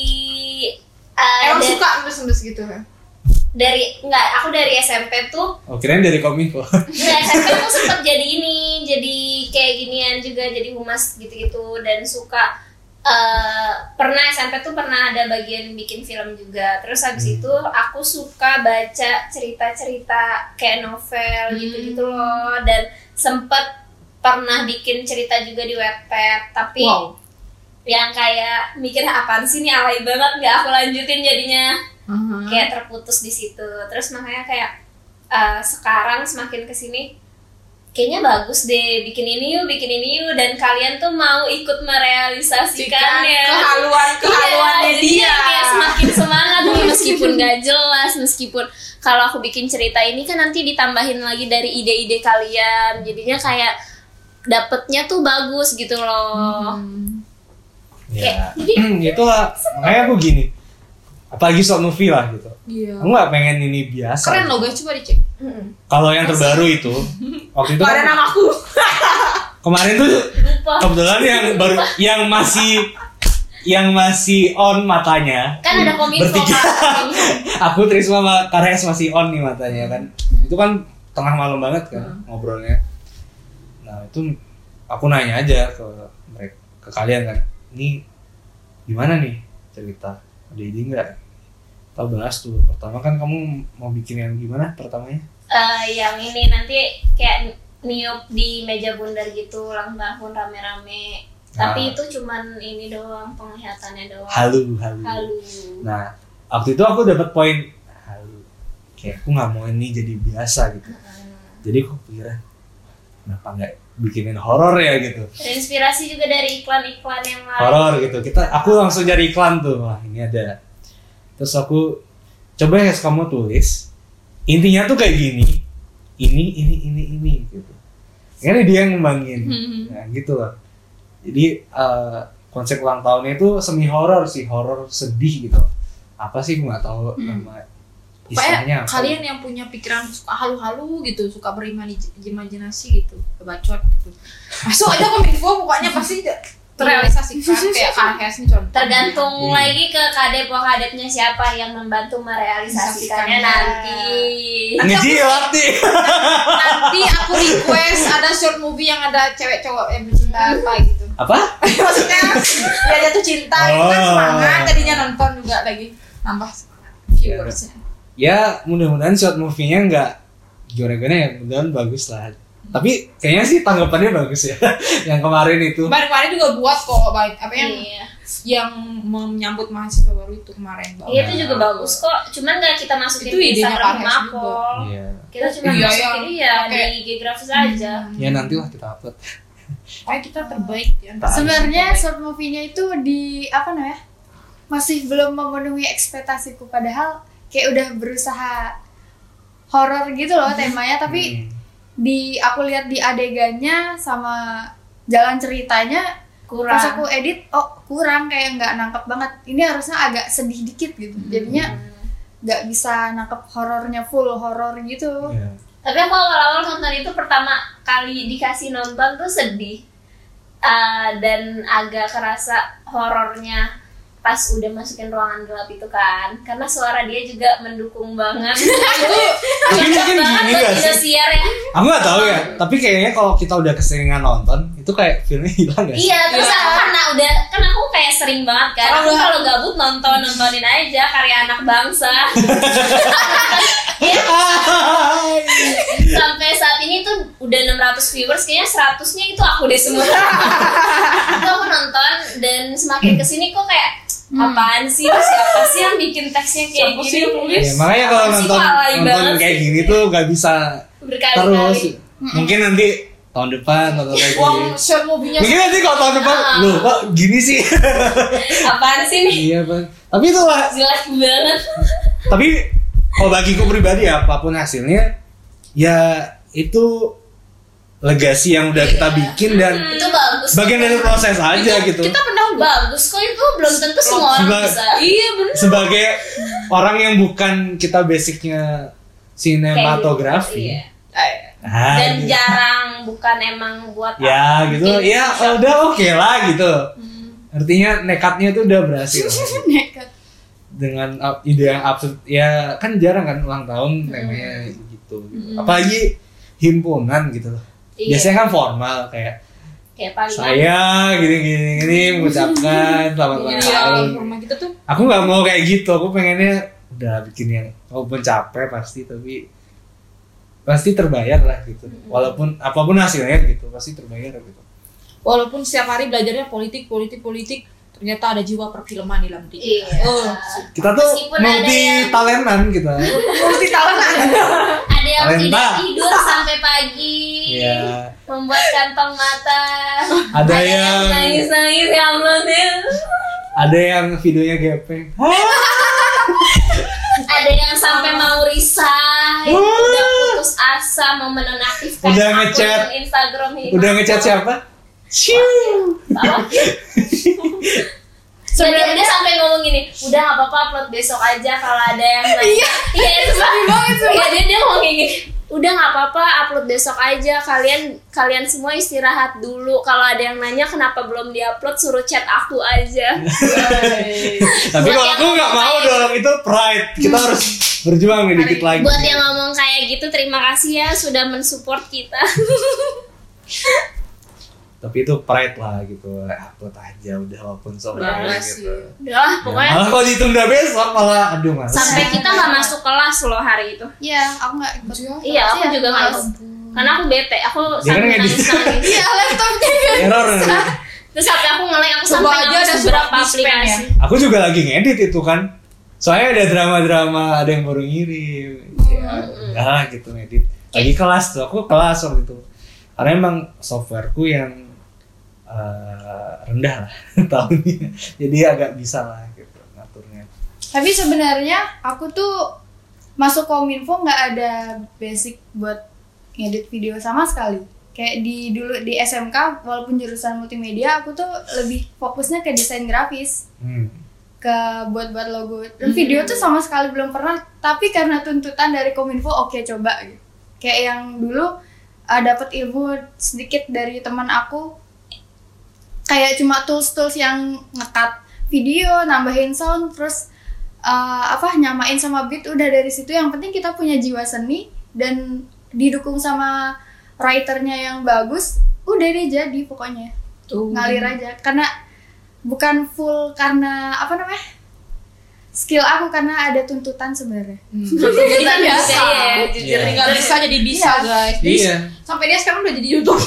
uh, emang dari, suka nulis-nulis gitu kan.
Dari enggak, aku dari S M P tuh.
Oh, kirain dari Kominfo.
Enggak, S M P tuh sempet jadi ini, jadi kayak ginian juga, jadi humas gitu-gitu dan suka uh, pernah S M P tuh pernah ada bagian bikin film juga. Terus habis hmm. itu aku suka baca cerita-cerita kayak novel hmm. gitu-gitu loh, dan sempet pernah bikin cerita juga di Wattpad, tapi wow. yang kayak mikir apaan sih nih alay banget, nggak aku lanjutin jadinya. Uh-huh. Kayak terputus di situ. Terus makanya kayak uh, sekarang semakin kesini kayaknya bagus deh bikin ini yuk, bikin ini yuk, dan kalian tuh mau ikut merealisasikannya.
Kehaluan-kehaluannya
iya,
dia.
Kayak semakin semangat nih meskipun gak jelas, meskipun kalau aku bikin cerita ini kan nanti ditambahin lagi dari ide-ide kalian. Jadinya kayak dapetnya tuh bagus gitu loh. Hmm.
Ya, kayak, gitu lah. Makanya aku gini. Apalagi short movie lah gitu. Iya. Aku nggak pengen ini biasa.
Keren loh guys, coba dicek.
Mm-hmm. Kalau yang terbaru itu, waktu itu
kan ada namaku.
Kemarin tuh kebetulan yang baru, yang masih, yang masih on matanya.
Kan ada Kominfo.
Bertiga. Aku Trisma sama Kares masih on nih matanya kan. Itu kan tengah malam banget kan hmm. ngobrolnya. Nah itu aku nanya aja ke mereka, ke kalian kan. Ini gimana nih cerita? Ada ide nggak? Kita bahas tuh. Pertama kan kamu mau bikin yang gimana pertamanya?
Uh, yang ini nanti kayak niup di meja bundar gitu, ulang tahun rame-rame. Nah. Tapi itu cuman ini doang, penglihatannya doang.
Halu, halu.
Halu.
Nah, waktu itu aku dapat poin halu. Kayak aku nggak mau ini jadi biasa gitu. Hmm. Jadi aku pikiran, kenapa nggak bikinin horor ya gitu.
Terinspirasi juga dari iklan-iklan yang lain.
Horor gitu. Kita aku langsung cari iklan tuh. Wah, ini ada. Terus aku coba ya kamu tulis. Intinya tuh kayak gini. Ini ini ini ini gitu. Karena dia yang ngembangin. Hmm. Nah, gitu loh. Jadi uh, konsep ulang tahunnya itu semi horor sih, horor sedih gitu. Apa sih gue nggak tahu hmm. nama istilahnya.
Kalian yang punya pikiran suka halu-halu gitu, suka berimajinasi gitu, kebacot gitu. Masuk aja Kominfo, pokoknya pasti terrealisasikan kayak Kares nih contoh.
Tergantung hmm. lagi ke kadep kadepnya siapa yang membantu merealisasikannya nanti.
Ngejilat nih.
Nanti aku request ada short movie yang ada cewek cowok yang bercinta apa gitu.
Apa?
Maksudnya dia jatuh cinta oh. itu kan semangat, tadinya nonton juga lagi nambah viewersnya.
Ya mudah-mudahan short movie-nya nggak gimana-gimana ya, mudah-mudahan bagus lah. Tapi kayaknya sih tanggapannya bagus ya. Yang kemarin itu.
Kemarin-kemarin juga buat kok baik apa yang iya. yang menyambut mahasiswa baru itu kemarin.
Iya itu juga bagus kok. Cuman nggak kita masukin
itu
di Instagram Mapol.
Iya.
Kita cuma iya, masukin iya, di I G Grafis aja.
Ya nantilah kita upload.
Ayo kita terbaik ya.
Sebenarnya short movie-nya itu di apa namanya? Masih belum memenuhi ekspektasiku, padahal kayak udah berusaha horor gitu loh temanya, tapi hmm. di aku lihat di adegannya sama jalan ceritanya kurang. Pas aku edit, oh kurang, kayak nggak nangkep banget. Ini harusnya agak sedih dikit gitu, jadinya nggak hmm. bisa nangkep horornya full horor gitu. Yeah.
Tapi aku awal-awal nonton itu pertama kali dikasih nonton tuh sedih. uh, dan agak kerasa horornya pas udah masukin ruangan gelap itu kan, karena suara dia juga mendukung banget.
Mungkin mungkin gini gak sih?
Siar ya.
Aku nggak tahu ya, tapi kayaknya kalau kita udah keseringan nonton itu kayak filmnya hilang gak sih?
Iya, terus aku karena udah kan aku kayak sering banget kan. Aku kalau gabut nonton nontonin aja karya anak bangsa. Ya. Sampai saat ini tuh udah enam ratus viewers, kayaknya seratusnya itu aku deh semua. Itu aku nonton dan semakin kesini kok kayak Hmm. apaan sih, siapa sih yang bikin teksnya kayak gini?
Ya, makanya kalau nonton nonton kayak gini tuh gak bisa terus. Mungkin nanti tahun depan atau lagi. Mungkin nanti kalau tahun depan, loh kok gini sih?
Apaan sih nih?
Iya bang. Tapi itu lah.
Jelas banget.
Tapi kalau bagiku pribadi apapun hasilnya, ya itu legasi yang udah kita bikin dan
itu bagus.
Bagian dari proses aja
itu,
gitu.
Kita pernah
bagus kok, itu belum tentu semua orang
Seba-
bisa. Iya benar.
Sebagai orang yang bukan kita basicnya sinematografi.
Iya.
Ah,
Dan
gitu.
jarang bukan emang buat
Ya gitu.
bikin
Ya
shot.
udah oke okay lah gitu. Hmm. Artinya nekatnya tuh udah berhasil.
Nekat.
Dengan uh, ide yang absurd. Ya kan jarang kan ulang tahun temanya hmm. gitu, gitu. Hmm. Apalagi himpunan gitu loh. Iya. Biasanya kan formal kayak
kayak paling
saya gini-gini gini mengucapkan selamat ulang tahun.
Gitu tuh.
Aku nggak mau kayak gitu. Aku pengennya udah bikin yang walaupun capek pasti tapi pasti terbayar lah gitu. Walaupun apapun hasilnya gitu pasti terbayar gitu.
Walaupun setiap hari belajarnya politik, politik, politik, ternyata ada jiwa perfilman di dalam diri.
Iya.
Oh.
Kita tuh
Meskipun
multi talentan kita.
Multi talentan.
Ada yang
Talenta.
tidak tidur sampai pagi.
Iya.
Membuat kantong mata.
Ada yang
nangis-nangis ya Allah deh.
Ada yang videonya gepeng.
Ada yang sampai mau resign, udah putus asa mau menonaktifkan
Udah
akun
ngechat.
Instagram ini.
Udah ngechat siapa? Ciu.
Sebenarnya dia sampai ngomong gini, udah nggak apa-apa upload besok aja kalau ada yang nanya. Iya, iya itu banget. Iya dia dia ngomong kayak gini, udah nggak apa-apa upload besok aja. Kalian kalian semua istirahat dulu. Kalau ada yang nanya kenapa belum diupload, suruh chat aku aja.
Tapi kalau aku nggak mau dong, itu pride. Kita harus berjuang nih dikit lagi.
Buat yang ngomong kayak gitu, terima kasih ya sudah mensupport kita.
Tapi itu pride lah gitu, upload aja udah walaupun soalnya gitu.
Udah, pokoknya.
Malah kalau ditunda besok malah aduh mas.
Sampai kita nggak masuk kelas loh hari itu.
Iya, aku nggak ikut.
Iya, aku juga nggak ikut. Karena aku bete, aku sampai nangis-nangis.
Iya, laptopnya kan.
Error.
Terus sampai aku nge-like, aku
Coba
sampai
aja
nangis
ada
beberapa
surat dispen
aplikasi.
ya.
Aku juga lagi ngedit itu kan. Soalnya ada drama-drama, ada yang baru ngirim. Ya, udah gitu ngedit. Lagi kelas tuh, aku kelas waktu itu. Karena emang softwareku yang Uh, rendah lah tahunnya, jadi agak bisa lah gitu ngaturnya.
Tapi sebenarnya aku tuh masuk Kominfo nggak ada basic buat ngedit video sama sekali. Kayak di dulu di S M K walaupun jurusan multimedia, aku tuh lebih fokusnya ke desain grafis, hmm. ke buat-buat logo. Dan video hmm. tuh sama sekali belum pernah. Tapi karena tuntutan dari Kominfo, oke okay, coba gitu. Kayak yang dulu uh, dapat ilmu sedikit dari teman aku. Kayak cuma tools-tools yang ngekat video, nambahin sound, terus uh, apa nyamain sama beat, udah dari situ. Yang penting kita punya jiwa seni dan didukung sama writernya yang bagus, udah deh jadi pokoknya. Tuh. Ngalir aja. Karena bukan full karena apa namanya? Skill aku, karena ada tuntutan sebenarnya.
Hmm. Tuntutan biasa
ya,
jujur nggak bisa jadi bisa
iya.
guys.
Iya.
Sampai dia sekarang udah jadi YouTube.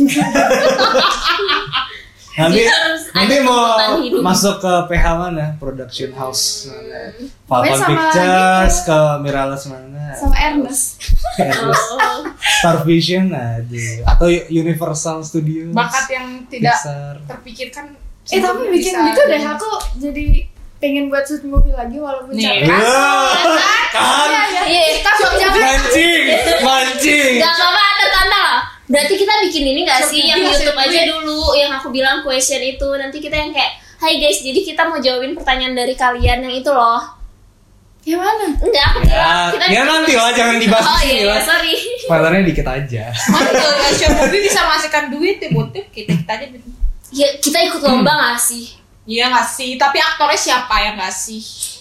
Nanti
Harus
nanti
ada
mau
tuntutan hidup.
masuk ke P H mana? Production house mana? Falcon
Pokoknya sama
Pictures,
gitu.
ke Miralles mana?
Sama Ernest.
Ernest.
Oh.
Star Vision aduh. Atau Universal Studios.
Bakat yang tidak
Pixar.
terpikirkan.
Eh tapi bikin
bisa.
gitu deh, aku jadi pengen buat shoot movie lagi walaupun
Nih.
capek.
Wah, kan?
Iya,
Kita shoot capek.
Mancing, mancing.
gak apa-apa, ada tanda lah. Berarti kita bikin ini gak sih yang
Iya,
YouTube aja
iya.
dulu, yang aku bilang question itu. Nanti kita yang kayak, hai guys, jadi kita mau jawabin pertanyaan dari kalian yang itu loh.
Yang mana?
Enggak, aku
Ya,
bilang kita
ya nanti lah, jangan dibahas
Oh
di sini
iya,
lah.
sorry.
Spoilernya dikit aja.
Mantul ya, Share Movie bisa menghasilkan duit ya, buat kita kita aja.
Ya kita ikut lomba hmm. gak sih?
Iya gak sih? Tapi aktornya siapa yang gak sih?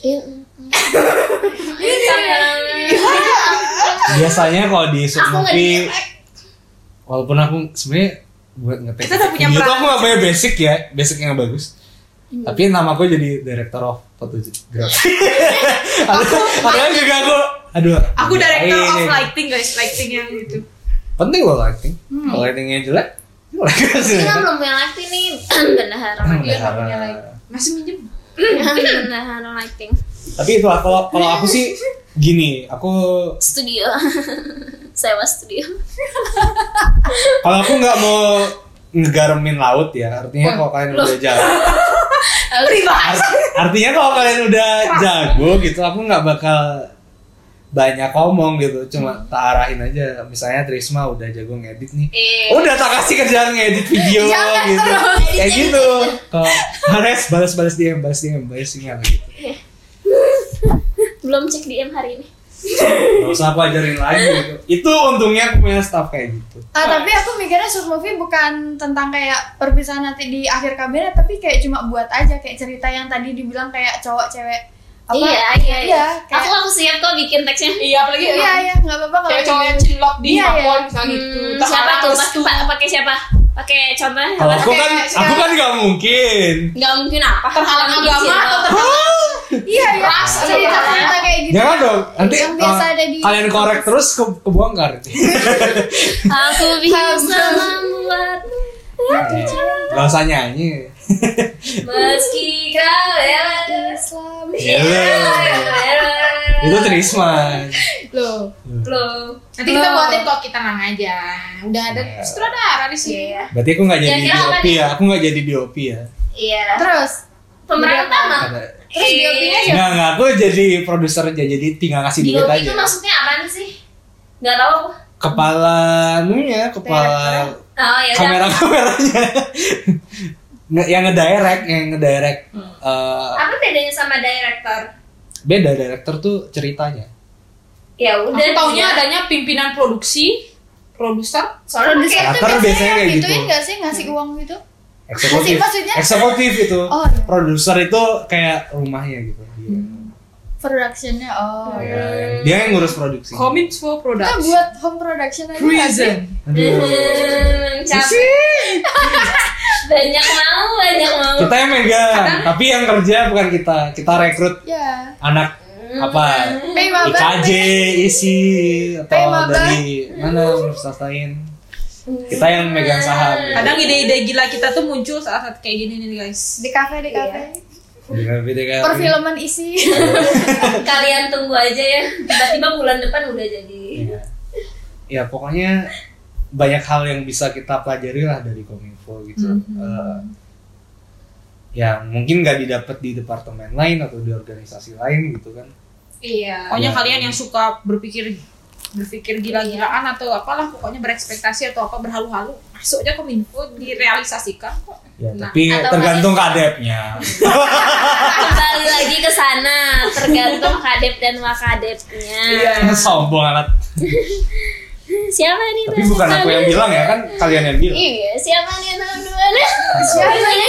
Biasanya kalau di shoot movie, walaupun aku sebenarnya buat ngetek
kita udah punya
gitu aku gak punya basic ya, basic yang bagus. Hmm. Tapi nama aku jadi director of photography. Padahal juga aku, aduh.
Aku director of lighting guys, lighting yang gitu.
Penting loh lighting. Hmm. Kalau lightingnya jelek,
kita belum punya lighting nih. Bendahara lagi.
Masih minjem.
Bendahara lighting.
Tapi itu kalau kalau aku sih gini, aku
studio. Sewa studio.
Kalau aku nggak mau ngegaremin laut ya, artinya kalau kalian udah jago. Art, artinya kalau kalian udah jago gitu, aku nggak bakal banyak ngomong gitu, cuma tak arahin aja. Misalnya Trisma udah jago ngedit nih, eh. udah tak kasih kerjaan ngedit video gitu, kayak gitu. Kalau Hares balas-balas D M, balas D M, balas sinyal gitu.
Belum cek D M hari ini.
Gak usah aku ajarin lagi gitu. Itu untungnya aku punya staff kayak gitu.
Ah, tapi aku mikirnya short movie bukan tentang kayak perpisahan nanti di akhir kabinet, tapi kayak cuma buat aja kayak cerita yang tadi dibilang kayak cowok cewek. Apa?
Iya, iya, iya.
Kayak,
aku aku siap kok bikin teksnya.
Iya, apalagi
iya, iya, enggak apa-apa kalau
kayak cowok yang cinlok di
iya,
Japon
iya.
misalnya gitu.
Hmm, siapa tuh? Pakai siapa? Pakai contoh.
Kalau aku kan, aku kan nggak mungkin.
Nggak mungkin apa?
Terhalang agama atau terhalang
iya, iya. Cerita-cerita kayak gitu.
Jangan dong. Nanti
yang biasa ada di
kalian korek terus ke kebongkar.
Aku bisa membuatmu.
Gak usah nyanyi.
Meski kau Islam.
Itu Trisma.
Loh,
loh.
Nanti kita buatin kok, kita nang aja. Udah ada sutradara di sini.
Berarti aku nggak jadi D O P ya? Aku nggak jadi D O P ya?
Iya.
Terus
pemeran utama.
Terus D O P-nya siapa?
Nggak nggak. Aku jadi produser aja, jadi tinggal ngasih duit aja.
D O P itu maksudnya apaan sih? Nggak tahu.
Kepala nunya, kepala
oh, ya
kamera kameranya. Yang ngedirect, yang ngedirect.
Hmm.
Uh,
Apa bedanya sama director?
Beda, director tuh ceritanya.
Ya udah.
Aku taunya adanya pimpinan produksi, produser.
Soalnya produser itu
biasanya,
biasanya
kayak
gituin
gitu.
nggak sih ngasih uang gitu?
Eksekutif.
Maksudnya?
Eksekutif itu.
Oh, iya.
Produser itu kayak rumahnya gitu. Dia.
Hmm. Productionnya, oh.
Ya, dia yang ngurus produksi.
Kominfo
Kita
Production.
buat home production aja.
Prison.
Hmm, capek. Banyak mau, banyak mau.
Kita yang megang, tapi yang kerja bukan kita. Kita rekrut
Ya.
anak apa? I K J, isi atau dari mana universitas lain. Kita yang megang saham. Gitu.
Kadang ide-ide gila kita tuh muncul saat-saat kayak gini nih guys.
Di kafe, di kafe.
Iya.
Perfilman isi.
Kalian tunggu aja ya. Tiba-tiba bulan depan udah jadi.
Ya, ya pokoknya banyak hal yang bisa kita pelajari lah dari Kominfo gitu. Mm-hmm. Uh, ya mungkin nggak didapat di departemen lain atau di organisasi lain gitu kan.
Iya. Pokoknya ya, kalian yang suka berpikir berpikir gila-gilaan atau apalah, pokoknya berekspektasi atau apa berhalu-halu, masuk aja Kominfo, direalisasikan kok.
Ya,
nah,
tapi tergantung kadepnya.
Kembali lagi ke sana, tergantung kadep dan wakadepnya.
Iya, sombong alat.
Siapa nih?
Tapi bukan aku yang bilang ya, kan kalian yang bilang.
Iya, siapa nih teman-teman?
Siapa nih?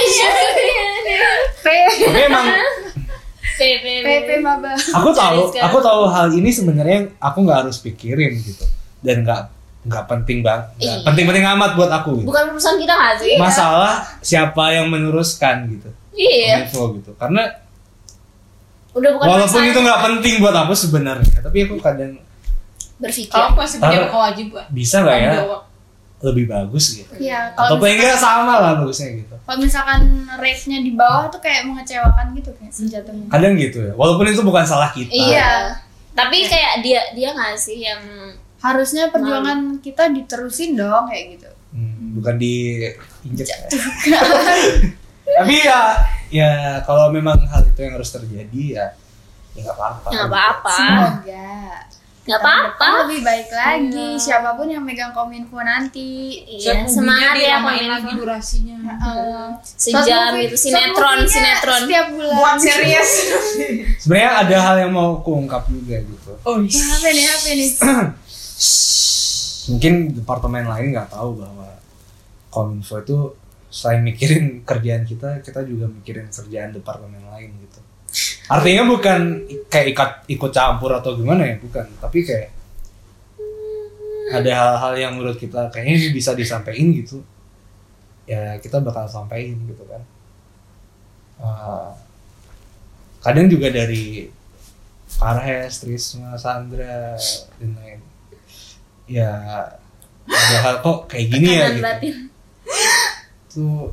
Tapi
emang
P P
P P maba.
Aku tahu, aku tahu hal ini sebenarnya aku nggak harus pikirin gitu, dan nggak nggak penting banget, nggak penting-penting amat buat aku. Gitu.
Bukan urusan kita nggak sih?
Masalah siapa yang meneruskan gitu.
Iya.
Info gitu, karena
udah bukan
walaupun
masalah.
itu nggak penting buat aku sebenarnya, tapi aku kadang
berpikir.
Kalau masih punya kewajiban.
Bisa nggak ya? Lebih bagus gitu.
Iya.
Atau paling nggak sama lah bagusnya gitu.
Kalau misalkan rate-nya di bawah tuh kayak mengecewakan gitu kayak sejatuhnya.
Kadang gitu ya, walaupun itu bukan salah kita.
Iya.
Tapi kayak dia dia nggak sih yang
harusnya perjuangan kita diterusin dong kayak gitu.
Hmm, bukan diinjek. Ya. Tapi ya, ya kalau memang hal itu yang harus terjadi ya, ya nggak apa-apa.
Nggak apa-apa.
Semoga.
Nggak apa-apa.
Lebih baik lagi.
Iya.
Siapapun yang megang Kominfo nanti.
Iya, semangat ya
main
Kominfo.
lagi durasinya.
Uh,
Sejam itu sinetron, sinetron.
Setiap bulan.
Bukan serius.
Sebenarnya ada hal yang mau kuungkap juga gitu.
Oh iya.
Apa nih? Apa nih?
Mungkin departemen lain nggak tahu bahwa Kominfo itu selain mikirin kerjaan kita, kita juga mikirin kerjaan departemen lain gitu. Artinya bukan kayak ikut ikut campur atau gimana ya, bukan. Tapi kayak ada hal-hal yang menurut kita kayaknya ini bisa disampaikan gitu. Ya kita bakal sampaikan gitu kan. Uh, kadang juga dari Karhes, Trisma, Sandra, dan lain. Ya ada hal kok kayak gini ya gitu. Tuh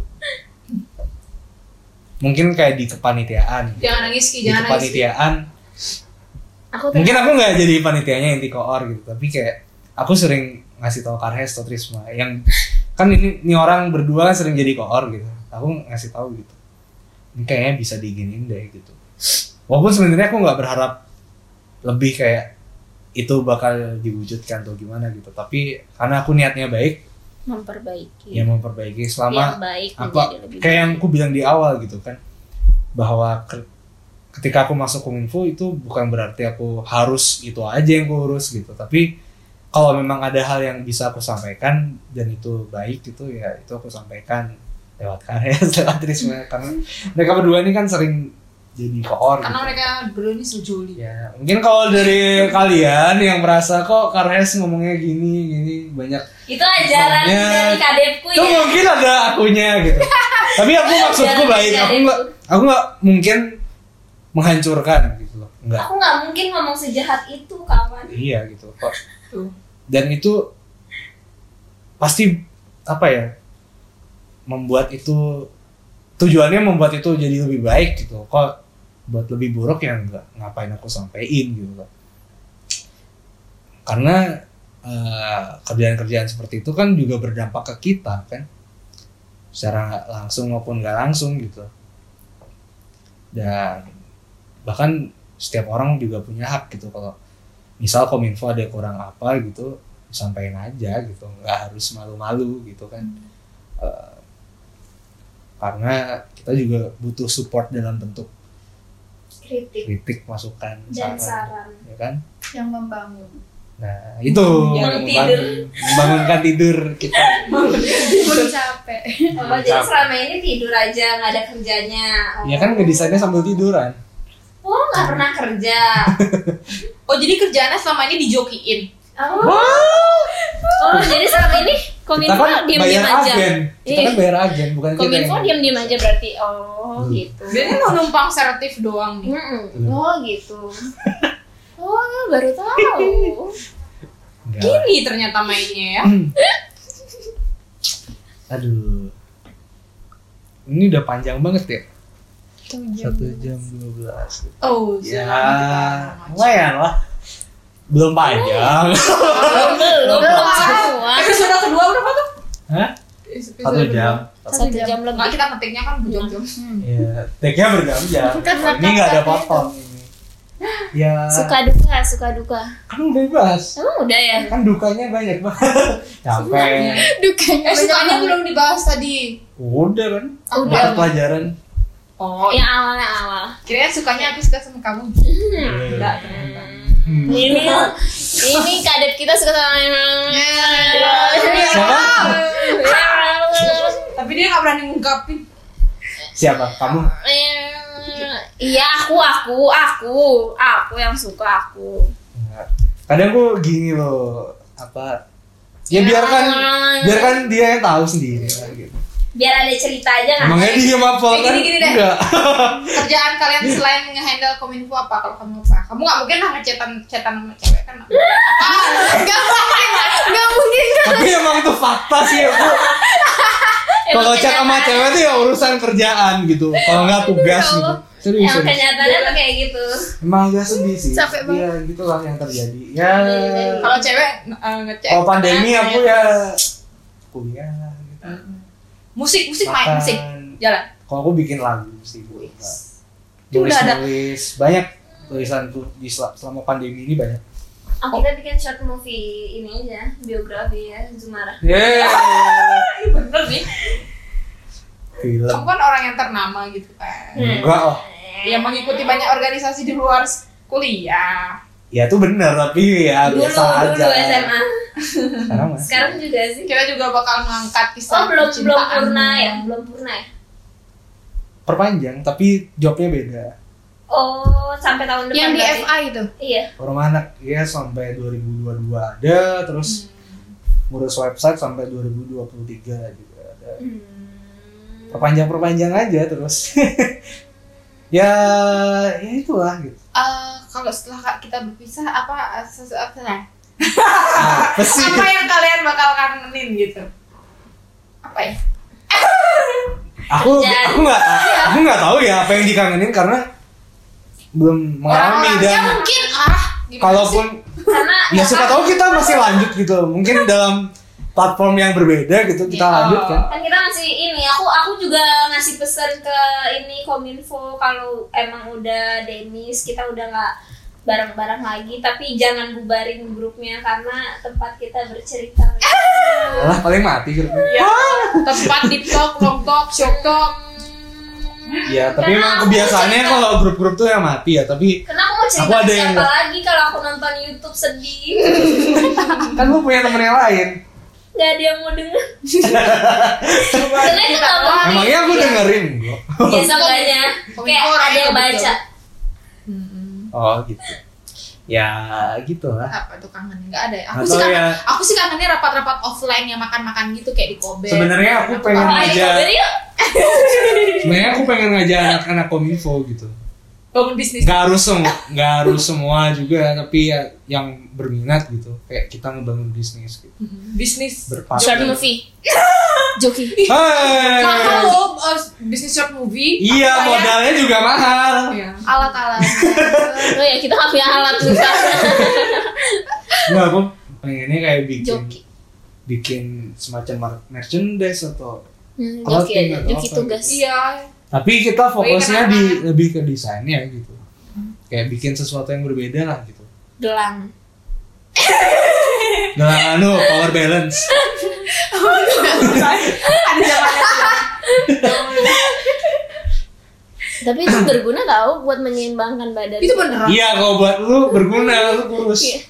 mungkin kayak di kepanitiaan.
Jangan nangis Ki,
di
jangan
kepanitiaan.
Aku
Mungkin aku nggak jadi panitianya inti koor gitu, tapi kayak aku sering ngasih tahu Karhes atau Trisma yang kan ini, ini orang berdua kan sering jadi koor gitu. Aku ngasih tahu gitu. Ini kayaknya bisa diginiin deh gitu. Walaupun sebenarnya aku nggak berharap lebih kayak itu bakal diwujudkan atau gimana gitu, tapi karena aku niatnya baik,
memperbaiki.
ya memperbaiki selama
yang baik
apa kayak yang aku bilang di awal gitu kan, bahwa ke, ketika aku masuk Kominfo itu bukan berarti aku harus itu aja yang aku urus gitu, tapi kalau memang ada hal yang bisa aku sampaikan dan itu baik gitu ya itu aku sampaikan lewat Karhes, lewat Trisma, karena mereka berdua ini kan sering jadi koor
karena
gitu.
mereka berdua ini sejoli.
Ya, mungkin kalau dari kalian yang merasa kok Karhes ngomongnya gini gini banyak
itu ajaran
Soalnya,
dari kadepku
itu
ya.
mungkin ada akunya gitu. Tapi aku maksudku
Ajaran
baik,
dari
aku nggak aku nggak mungkin menghancurkan gitu loh, enggak.
Aku nggak mungkin ngomong sejahat itu kawan.
Iya gitu kok.
Tuh.
Dan itu pasti apa ya? Membuat itu tujuannya membuat itu jadi lebih baik gitu. Kok buat lebih buruk ya enggak, ngapain aku sampein gitu loh. Karena uh, kerjaan-kerjaan seperti itu kan juga berdampak ke kita kan, secara langsung maupun nggak langsung gitu. Dan bahkan setiap orang juga punya hak gitu, kalau misal Kominfo ada kurang apa gitu sampaikan aja gitu, nggak harus malu-malu gitu kan. Uh, karena kita juga butuh support dalam bentuk
Kritik
kritik, masukan,
dan saran,
ya kan?
Yang membangun.
Nah itu
Yang
membangun, membangunkan tidur kita.
Tidur capek.
oh, jadi selama ini tidur aja nggak ada kerjanya. Oh.
Ya kan ngedesainnya sambil tiduran.
Oh nggak pernah kerja.
Oh jadi kerjaannya selama ini dijokiin.
Oh. Oh jadi selama ini Kominfo
Kita kan
diam-diam
bayar
aja.
agen, kita kan bayar agen bukan kita
Kominfo
yang-
diam-diam aja berarti. Oh
Hmm.
gitu.
Dia mau numpang sertif doang nih.
Mm-mm. Oh gitu. Oh baru tahu.
Enggak.
Gini ternyata mainnya ya.
Aduh, ini udah panjang banget ya. Satu jam dua belas.
Oh,
Ya,
silakan.
lumayan lah. Belum panjang.
Belum belum belum semua.
Episode kedua berapa tuh?
Hah?
Episode
Satu
kedua.
jam.
Satu jam
Nggak,
lebih.
kita ngetiknya kan berjam-jam.
Iya, take-nya berjam-jam.
Karena
Ini nggak ada
kakaknya
potong ini. Ya,
Suka duka, suka duka.
kan bebas.
Emang udah ya?
Kan dukanya banyak banget. Capek.
Dukanya
Eh,
banyak
sukanya
banget.
belum dibahas tadi.
Udah kan?
Udah.
Mata pelajaran.
Oh,
Yang awalnya awal.
kirain sukanya aku suka sama kamu. Enggak, ternyata.
Hmm.
Ini ini kadep kita suka sama
Siapa?
Tapi dia nggak berani ngungkapin.
Siapa? Kamu?
Iya aku aku aku aku yang suka aku.
Enggak. Kadang gue gini loh, apa? Ya biarkan biarkan dia yang tahu sendiri lah gitu.
Biar ada cerita aja nggak?
Emangnya dia apa
Eh,
kan?
gini-gini deh.
Enggak.
Kerjaan kalian selain nge-handle Kominfo apa? Kalau kamu apa? Kamu nggak mungkin lah ngecetan cetan sama cewek kan?
Gak mungkin, gak mungkin.
Tapi emang itu fakta sih aku. Kalau chat sama cewek tuh ya urusan kerjaan gitu. Kalau nggak tugas gitu. Serius.
Yang
serius.
kenyataannya tuh kayak gitu.
Emang agak sedih sih.
Capek banget.
Ya gitulah yang terjadi. Ya.
Kalau cewek uh, ngecek.
Kalau pandemi
karena
aku
kayak
ya kuliah gitu.
musik musik main musik jalan.
Kalau aku bikin lagu sih bu.
Itu
Nulis
udah ada.
nulis banyak tulisanku di sel- selama pandemi ini banyak.
Oh, kita bikin short movie ini aja, biografi ya, Zumara.
Yeah.
Iya bener nih.
Film.
Kamu kan orang yang ternama gitu kan.
Enggak lah.
Yang mengikuti banyak organisasi di luar kuliah.
Ya itu benar tapi ya
Dulu,
biasa
dulu
aja.
S M A.
Sekarang masih.
Sekarang juga sih.
Kita juga bakal mengangkat kisah
Oh belum belum
percintaan.
purna ya, belum purna ya.
Perpanjang tapi jobnya beda.
Oh sampai tahun depan.
Yang di
berarti?
F I itu.
Iya.
Forum anak ya sampai dua ribu dua puluh dua ada, terus ngurus website sampai dua ribu dua puluh tiga juga ada.
Hmm.
Perpanjang-perpanjang aja terus. ya, ya itulah gitu.
Eh, kalau setelah kita berpisah apa sesuatu nah,
Apa sih?
apa yang kalian bakal kangenin gitu? Apa ya?
Aku
Kerjaan.
aku nggak aku nggak tahu ya apa yang dikangenin karena belum mengalami
Orang-orangnya
dan
mungkin ah gimana
kalaupun
Karena
ya siapa tahu kita masih lanjut gitu. Mungkin dalam platform yang berbeda gitu kita
Iya.
lanjut kan.
kan kita masih ini aku aku juga ngasih pesan ke ini Kominfo kalau emang udah demis kita udah nggak bareng-bareng lagi tapi jangan bubarin grupnya karena tempat kita bercerita.
Lah paling mati gitu.
ya, tempat TikTok, TikTok, TikTok.
Ya, tapi
Karena
emang
aku
kebiasaannya
cerita.
kalau grup-grup tuh ya mati ya, tapi
Karena aku mau cerita
Aku ada
siapa
yang nggak-
lagi kalau aku nonton YouTube sedih.
kan lu punya temen yang lain.
Gak ada yang mau denger.
Coba
Karena itu
kita
nggak
doang.
Emangnya aku dengerin kok.
Ya seenggaknya
Kominfo
kayak
orang
ada yang
yang
baca.
Oh gitu. Ya gitu lah.
Apa tuh kangen? Nggak ada ya? Aku
Atau
sih kangen,
ya
aku sih kangennya rapat-rapat offline yang makan-makan gitu kayak di Kobe.
sebenarnya aku pengen
Oh, ayo
ngajak
kabar yuk.
sebenarnya aku pengen ngajak anak-anak Kominfo gitu.
bangun bisnis.
Gak harus semua, gak harus semua juga, tapi ya yang berminat gitu. Kayak kita ngebangun bisnis gitu.
Bisnis.
Berpatah.
Short movie. Joki.
Hai.
Mahal loh, uh, bisnis short movie.
Iya,
Aku bayar.
modalnya juga mahal.
Iya.
Alat-alat.
Oh ya kita nggak punya alat susah.
Nggak, aku pengennya kayak bikin
Joki.
bikin semacam mar- merchandise atau
Hmm,
Clothing
Joki aja.
atau
Joki
apa
tugas.
Iya.
tapi kita fokusnya
kenapa?
di lebih ke desainnya gitu. Kayak bikin sesuatu yang berbeda lah gitu.
Gelang.
Nah, anu power balance.
Ada zamannya tuh.
Tapi itu berguna tau buat menyeimbangkan badan.
Itu beneran.
Iya, kalau buat lu berguna, lu kurus.
Iya.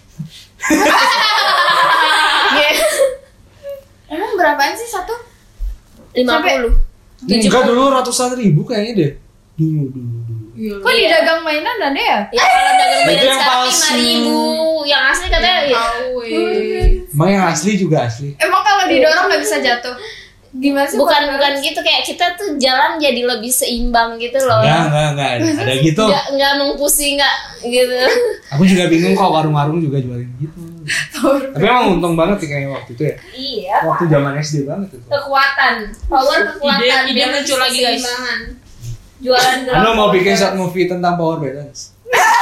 Emang berapaan sih satu?
lima puluh.
Enggak, dulu ratusan ribu kayaknya deh. Dulu, dulu, dulu.
Iya.
Kok di dagang mainan ada ya?
Ya kalau dagang
Itu
mainan
yang
sekarang
palsu.
lima ribu. Yang asli katanya ya.
Tahu, eh.
Emang yang asli juga asli.
Emang kalau didorong nggak bisa jatuh? Gimana sih?
Bukan
power
bukan
balance?
gitu kayak kita tuh jalan jadi lebih seimbang gitu loh.
Enggak, enggak, enggak ada, ada gitu.
Nggak nggak mengpusing nggak gitu.
Aku juga bingung kok warung-warung juga jualin gitu. Tapi emang untung banget sih kayaknya waktu itu ya.
Iya.
Waktu zaman S D banget itu.
Kekuatan, power kekuatan.
Ide- ide
biar
muncul lagi, guys.
keseimbangan. Jualan gelang.
Anu mau
power
bikin
balance.
short movie tentang power balance.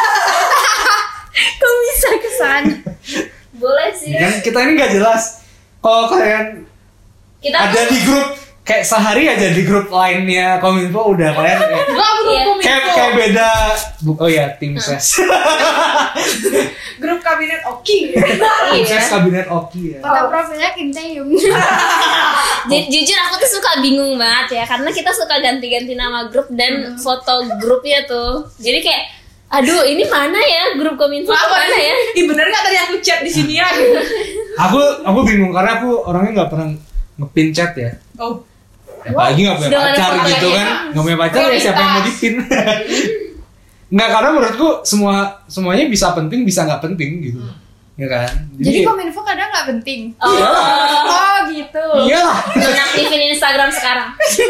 Kok bisa kesana?
Boleh sih.
Kan kita ini nggak jelas. Kalau kalian
Kita
ada
tuh-
di grup kayak sehari aja di grup lainnya Kominfo udah kalian kayak
Gua grup
Iya.
Kominfo.
kayak, kayak beda. Bu- Oh ya, tim ses.
Grup kabinet Oki.
Tim ses
Iya.
kabinet Oki ya.
Foto profilnya Kim Tae Hyung.
Ju- jujur aku tuh suka bingung banget ya karena kita suka ganti-ganti nama grup dan foto grupnya tuh. Jadi kayak aduh ini mana ya grup Kominfo tuh mana ya?
Ih bener nggak tadi aku chat di sini ya?
Aku aku bingung karena aku orangnya nggak pernah ngepin chat ya.
Oh.
Apalagi nggak punya
Udah nggak ada
pacar
fotonya.
gitu kan, nggak punya pacar ya siapa yang mau dipin? Nggak, karena menurutku semua semuanya bisa penting bisa nggak penting gitu, ya kan?
Jadi Kominfo kadang nggak penting.
Oh,
Oh gitu.
iyalah.
nonaktifin Instagram sekarang.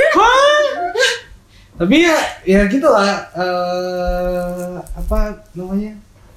Tapi ya ya gitulah eh apa namanya?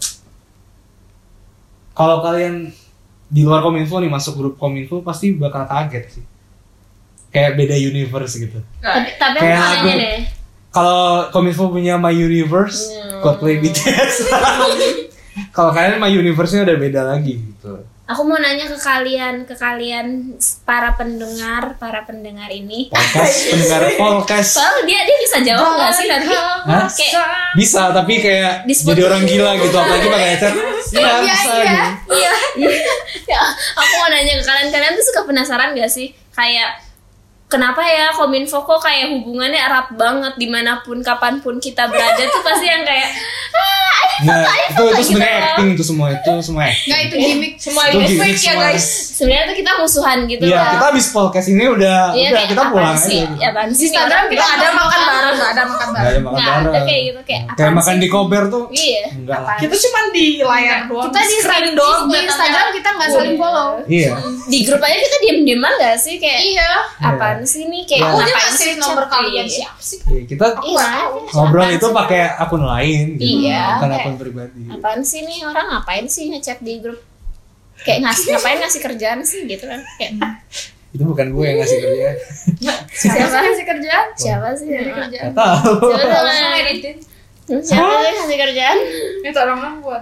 Kalau kalian di luar Kominfo nih masuk grup Kominfo pasti bakal kaget sih. Kayak beda universe gitu.
Tapi tapi aku
Kayak
mau nanya
lagu.
deh.
Kalau Kominfo punya My Universe,
Hmm.
Coldplay B T S. Kalau kalian My Universe-nya udah beda lagi gitu.
Aku mau nanya ke kalian, ke kalian para pendengar, para pendengar ini.
Podcast, pendengar podcast.
Soalnya dia dia bisa jawab nggak sih nanti?
Hah?
Kayak
Bisa, tapi kayak
Di Spotify.
jadi orang gila gitu. Apalagi pakai headset. Iya,
Iya,
bisa
iya.
gitu.
iya. Ya, aku mau nanya ke kalian, kalian tuh suka penasaran gak sih? Kayak kenapa ya Kominfo kok kayak hubungannya erat banget dimanapun kapanpun kita berada tuh pasti yang kayak
Nah, itu itu sebenarnya acting itu semua itu semua acting.
Nggak, itu gimmick.
Semua
Itu
ini
gimmick
fake ya
semua.
guys.
sebenarnya tuh kita musuhan gitu
Iya,
loh.
kita habis podcast ini udah
Iya,
udah
kayak
kita pulang
apaan sih?
aja.
Ya apaan
Di
sih?
Instagram
Orang-
kita
Nggak ada
nggak
makan
makan.
bareng, nggak ada makan
Enggak ada
bareng.
makan
Nggak ada
bareng.
kayak gitu kayak
Kayak
apaan
makan
sih?
di kober tuh.
Iya.
Enggak lah.
Apaan
Kita cuma di layar doang.
Kita di
screen
di,
doang.
di Instagram kita nggak saling follow.
Iya.
Di grup aja kita diem-dieman gak sih kayak
Iya.
apaan sih nih kayak
Iya.
Aku aja
ngapain
ngasih
sih
nomor
chat?
kalian
Iya.
siapa sih?
Iya, kita
Iya.
ngobrol
Apaan
itu
sih?
pakai akun lain gitu.
Iya,
Bukan
kayak-
akun pribadi.
Apaan sih nih orang ngapain sih ngechat di grup kayak ngasih ngapain ngasih kerjaan sih gitu kan kayak
Itu bukan gue yang ngasih kerja.
Siapa sih kerjaan?
siapa sih
Dari
yang
kerjaan.
Enggak tahu.
siapa tuh
Langsung
yang-
editin.
siapa tuh yang ngasih kerjaan
Itu orang orang buat.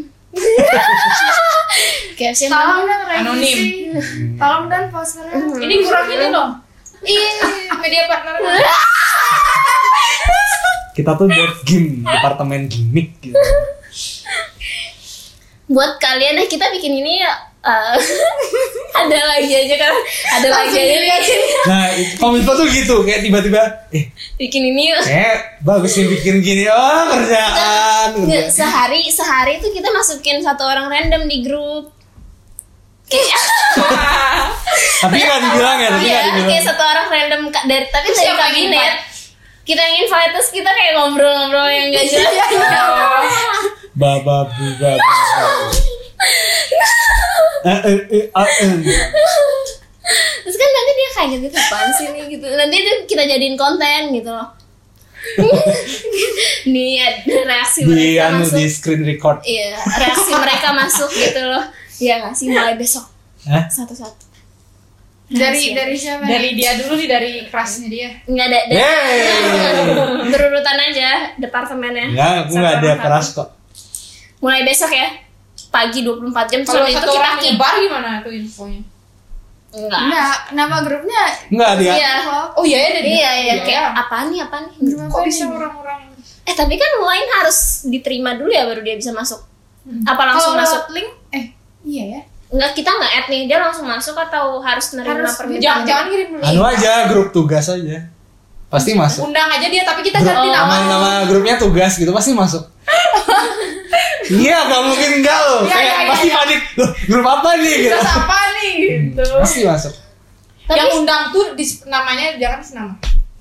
kayak sih
Tolong dong
Anonim.
revisi. Tolong dan posternya.
Ini kurang ini loh. Iya, media partner.
Kita tuh buat game departemen gimmick gitu.
buat kalian eh kita bikin ini ya eh, ada lagi aja kan ada lagi aja bikin,
Nah, itu Kominfo tuh gitu kayak tiba-tiba eh
bikin ini yuk.
kayak bagus nih bikin gini oh kerjaan.
Nggak,
Kerjaan.
sehari sehari itu kita masukin satu orang random di grup kayak
Tapi nggak dibilang ya, tapi
iya
nggak dibilang.
kayak satu orang random ka- dari tapi dari
Siapa yang
kabinet kita yang invite terus kita kayak ngobrol-ngobrol yang gak jelas
Baba bu baba. Eh eh eh ah, eh.
terus kan nanti dia kayak gitu apaan sih nih gitu nanti itu kita jadiin konten gitu loh nih ada reaksi
Di
mereka
anu
masuk
di screen record.
iya reaksi mereka masuk gitu loh ya nggak sih mulai besok
Hah?
satu-satu
Dari
Rahasia.
dari siapa?
Dari dia dulu nih, dari kelasnya dia.
nggak ada ada-
Yeay.
berurutan aja departemennya
Enggak, aku
Satu
nggak ada
orang
keras
satu.
kok.
mulai besok ya pagi dua puluh empat jam
Kalau
soal itu
satu
kita
orang
keep
nyebar gimana tuh infonya?
enggak
Enggak, nama grupnya
Enggak dia.
iya
Oh iya ya, dari
iya iya kayak apaan nih apaan nih
grup
Kok
apa
bisa
nih?
orang-orang
eh tapi kan lain harus diterima dulu ya baru dia bisa masuk apa
Kalau
langsung masuk
lewat link, eh iya ya.
enggak kita nggak add nih dia langsung masuk atau harus nerima
Harus
permintaan
jangan jangan kirim dulu.
Anu aja grup tugas aja. Pasti masuk.
Undang aja dia, tapi kita
Grup,
ganti
nama
nama.
nama grupnya tugas gitu pasti masuk. Iya, gak mungkin enggak loh.
Iya,
Kayak
iya,
pasti
iya.
panik. Loh, grup apa nih gitu.
Terus apa nih gitu.
Pasti masuk.
Tapi-
Yang undang tuh di, namanya jangan kasih nama.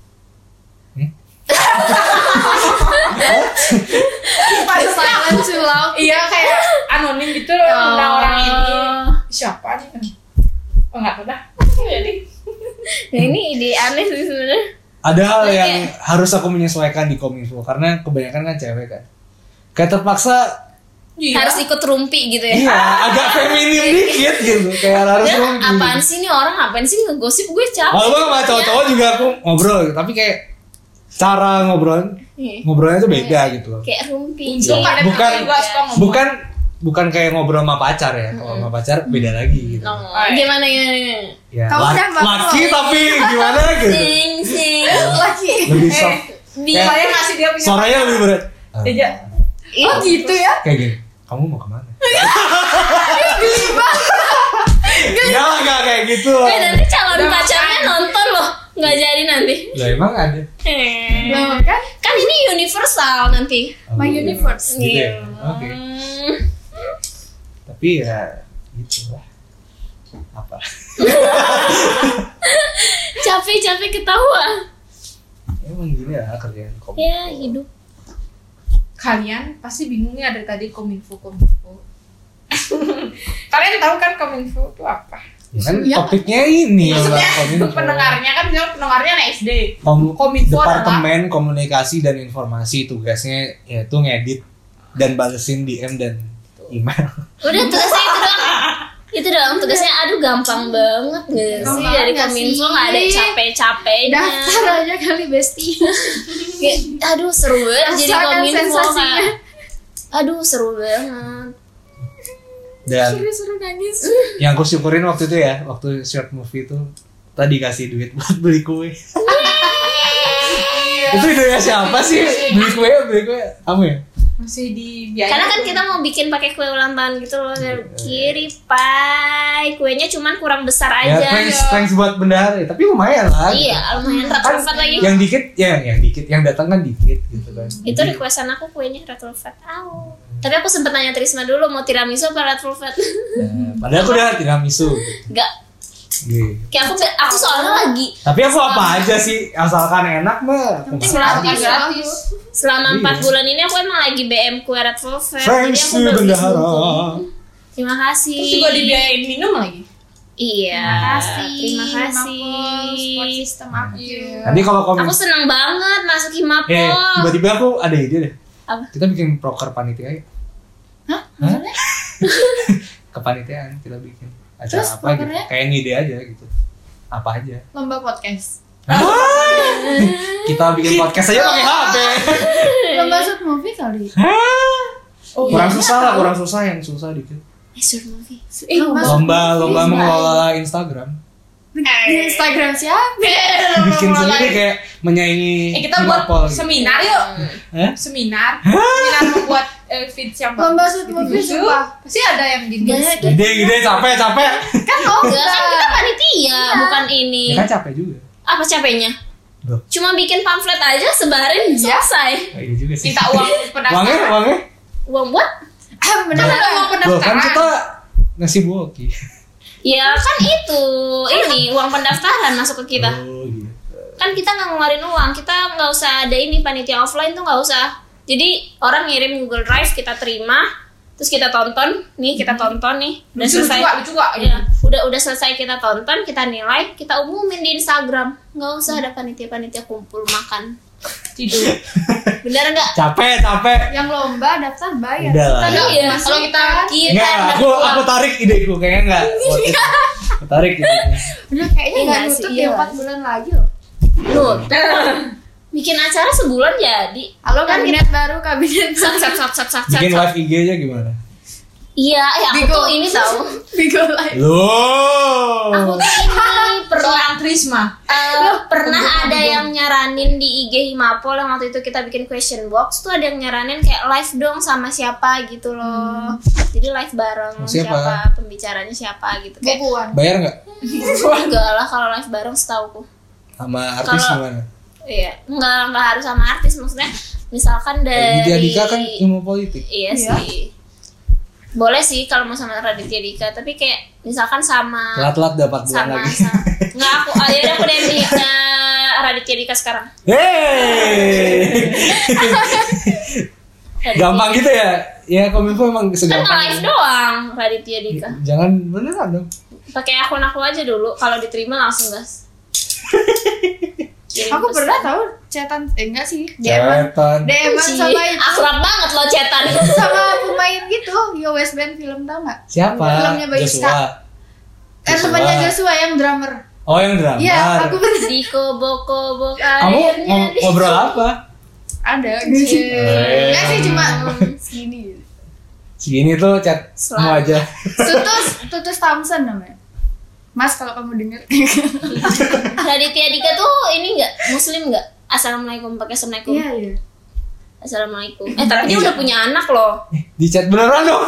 Pada silent too loud.
Iya kayak anonim gitu loh,
Oh.
undang orang ini. Siapa nih? Oh enggak tahu dah. Jadi
nah, ini ide aneh sih sebenarnya
Ada hal
Oke.
yang harus aku menyesuaikan di Kominfo karena kebanyakan kan cewek kan. Kayak terpaksa
harus ikut rumpi gitu ya
iya, agak feminim dikit gitu. Kayak harus
Dia,
rumpi.
apaan sih nih orang ngapain sih ngegosip gue capek
Walaupun sama cowok-cowok juga aku ngobrol gitu, tapi kayak cara ngobrol
Iya.
ngobrolnya tuh beda gitu loh.
kayak rumpi
Untung
Iya.
ada
Bukan-
yang juga suka ngomong.
Bukan bukan kayak ngobrol sama pacar ya. Kalau sama pacar beda lagi gitu.
Oh, gimana gimana
Ya,
Kamu
la-
udah mbak
laki
Flo.
tapi gimana gitu.
sing sing
Lagi.
Lebih soft.
biar
Saya ngasih dia punya
Suaranya lebih berat.
Iya.
Oh gitu ya?
Kayak gini. Kamu mau kemana? Enggak lah, enggak kayak gitu.
eh nanti calon
Udah
pacarnya nonton loh nggak jadi nanti
Lah emang ada.
Eh.
Belum kan?
kan ini universal nanti
My universe.
Gitu ya?
Iya.
Oke.
Hmm.
Tapi ya gitu lah. Apa?
capek capek ketawa
Emang gini lah kerjaan Kominfo.
ya hidup
Kalian pasti bingung ya dari tadi Kominfo Kominfo. Kalian tahu kan Kominfo itu apa?
Ya kan
Ya.
topiknya ini
Maksudnya
orang Kominfo.
pendengarnya kan dia pendengarnya anak S D.
Kom-
Kominfo
Departemen Komunikasi dan Informasi tugasnya yaitu ngedit dan balesin D M dan email.
udah tugasnya itu doang itu doang tugasnya aduh gampang banget nggak sih
Gampang
dari
nggak
Kominfo
sih?
nggak ada capek-capeknya
Daftar aja kali Besti.
Kayak, aduh seru banget jadi
Rasakan
Kominfo
sensasinya.
kan aduh seru banget
Dan
Seru-seru nangis.
yang aku syukurin waktu itu ya, waktu short movie itu tadi kasih duit buat beli kue. Itu idenya siapa sih? Beli kue, beli kue. Kamu ya?
masih dibiayain.
Karena kan kita mau bikin pakai kue ulang tahun gitu loh. Kiri pai, kuenya cuman kurang besar
Ya,
aja.
thanks, thanks buat bendahara, tapi lumayan lah.
Iya, lumayan red
Kan
velvet lagi.
yang dikit, ya yang dikit, yang datang kan dikit gitu kan.
Itu requestan aku kuenya red velvet. Au. Tapi aku sempet nanya Trisma dulu mau tiramisu apa red velvet.
Nah, padahal aku udah tiramisu.
Enggak.
Gitu.
Kayak aku aku soalnya lagi
Tapi aku apa aja sih, asalkan enak mah. aku
Penting
makan.
gratis gratis.
selama
Iya.
empat bulan ini aku emang lagi B M kue red velvet.
Thanks
Jadi aku
to
udah
bendahara.
dukung. Terima kasih.
Terus juga dibiayain minum lagi.
Iya.
Terima kasih.
Terima kasih.
Himapol, support system aku.
Iya.
Nanti kalau komen,
Aku senang banget masuk Himapol.
eh tiba-tiba aku ada ide deh.
Apa?
Kita bikin proker panitia ya.
Hah?
Hah? Kepanitiaan kita bikin acara
Terus
apa gitu.
prokernya?
Kayak ngide aja gitu. Apa aja.
Lomba podcast.
Kita bikin podcast aja pakai H P.
Lomba shoot movie kali.
Oh,
kurang
iya.
susah lah, kurang susah yang susah dikit.
Eh, short movie.
Eh,
lomba.
Mas-
Lomba lomba
Bisa.
mengelola Instagram.
Di Instagram siapa?
Bikin sendiri kayak menyaingi
Eh kita buat
Himapol gitu.
seminar yuk.
Hah?
Seminar. Seminar membuat eh, feeds yang
Lomba
bagus.
shoot movie
Gitu.
sumpah.
Pasti ada yang gini.
Gede gede capek capek.
Kan lomba.
Enggak kan kita panitia, bukan ini.
Ya kan capek juga.
Apa capeknya?
Loh.
Cuma bikin pamflet aja sebarin
Iya.
selesai.
Oh, iya juga sih.
Minta uang pendaftaran.
Uangnya uangnya.
Uang buat?
Ah,
Kan
bener.
ada uang
Loh, kan
pendaftaran.
kita ngasih boki.
Ya kan itu, ini uang pendaftaran masuk ke kita.
Oh gitu.
Kan kita nggak ngeluarin uang, kita nggak usah ada ini panitia offline tuh nggak usah. Jadi orang ngirim Google Drive kita terima, terus kita tonton, nih kita tonton nih, udah
Lucu
selesai.
juga, lucu juga.
Ya, udah udah selesai kita tonton, kita nilai, kita umumin di Instagram. Nggak usah ada panitia-panitia kumpul makan.
Tidur.
Bener nggak?
Capek capek.
Yang lomba daftar bayar.
Udah lah.
Kita
Iya.
masuk
Kalau kita
kan.
Kita
Enggak,
dapat
aku
uang.
aku tarik ideku kayaknya enggak. Waktu itu. Aku tarik idenya.
Udah kayaknya
Iya
nggak
sih,
nutup
iya
ya empat
lah.
bulan lagi loh.
Loh, bikin acara sebulan jadi.
Halo kabinet baru, kabinet
Sat sat sat sat sat.
Bikin
sat.
live I G aja gimana?
Iya, eh aku
Bigo.
tuh ini tahu.
Bigo Live.
Loh.
Aku tuh ini pernah
Seorang Trisma.
eh, pernah ada yang nyaranin di I G Himapol yang waktu itu kita bikin question box tuh ada yang nyaranin kayak live dong sama siapa gitu loh. Jadi live bareng
Sama siapa?
siapa, pembicaranya siapa gitu kayak.
Bukuan.
Bayar enggak?
Enggak lah kalau live bareng setauku.
Sama artis
Kalau-
gimana?
Iya, enggak enggak harus sama artis maksudnya. Misalkan dari
Raditya Dika kan ilmu politik.
Iya
Iya.
sih. Boleh sih kalau mau sama Raditya Dika, tapi kayak misalkan sama
Telat-telat dapat bulan
sama,
lagi.
sama nggak aku akhirnya aku D M di uh, Raditya Dika sekarang.
Hey.
Raditya
Gampang
Dika.
gitu ya? Ya Kominfo emang
Kan
segampang.
live doang Raditya Dika.
Jangan beneran dong.
Pakai akun aku aja dulu, kalau diterima langsung gas. Kirim
Aku
pesan.
pernah tahu chatan, eh enggak sih, D M-an
Cetan.
D M-an
Cih,
sama itu
akrab banget lo chatan.
sama pemain gitu, Yo West Band film tau nggak?
Siapa?
Filmnya Bayu
Joshua.
Eh
Joshua.
temannya Joshua yang drummer.
Oh yang drama.
Iya, aku pernah
Di kobok-kobok
Kamu
airnya
ngom-
di-
ngobrol apa?
ada gitu.
Eh.
Enggak sih cuma segini. gitu.
Segini tuh chat semua
Selalu.
aja.
Tutus Tutus Thompson namanya. Mas kalau kamu denger.
Raditya Dika tuh ini enggak muslim enggak? Assalamualaikum pakai assalamualaikum.
Iya, iya.
Assalamualaikum. Eh tapi dia udah punya anak loh.
Di chat beneran dong.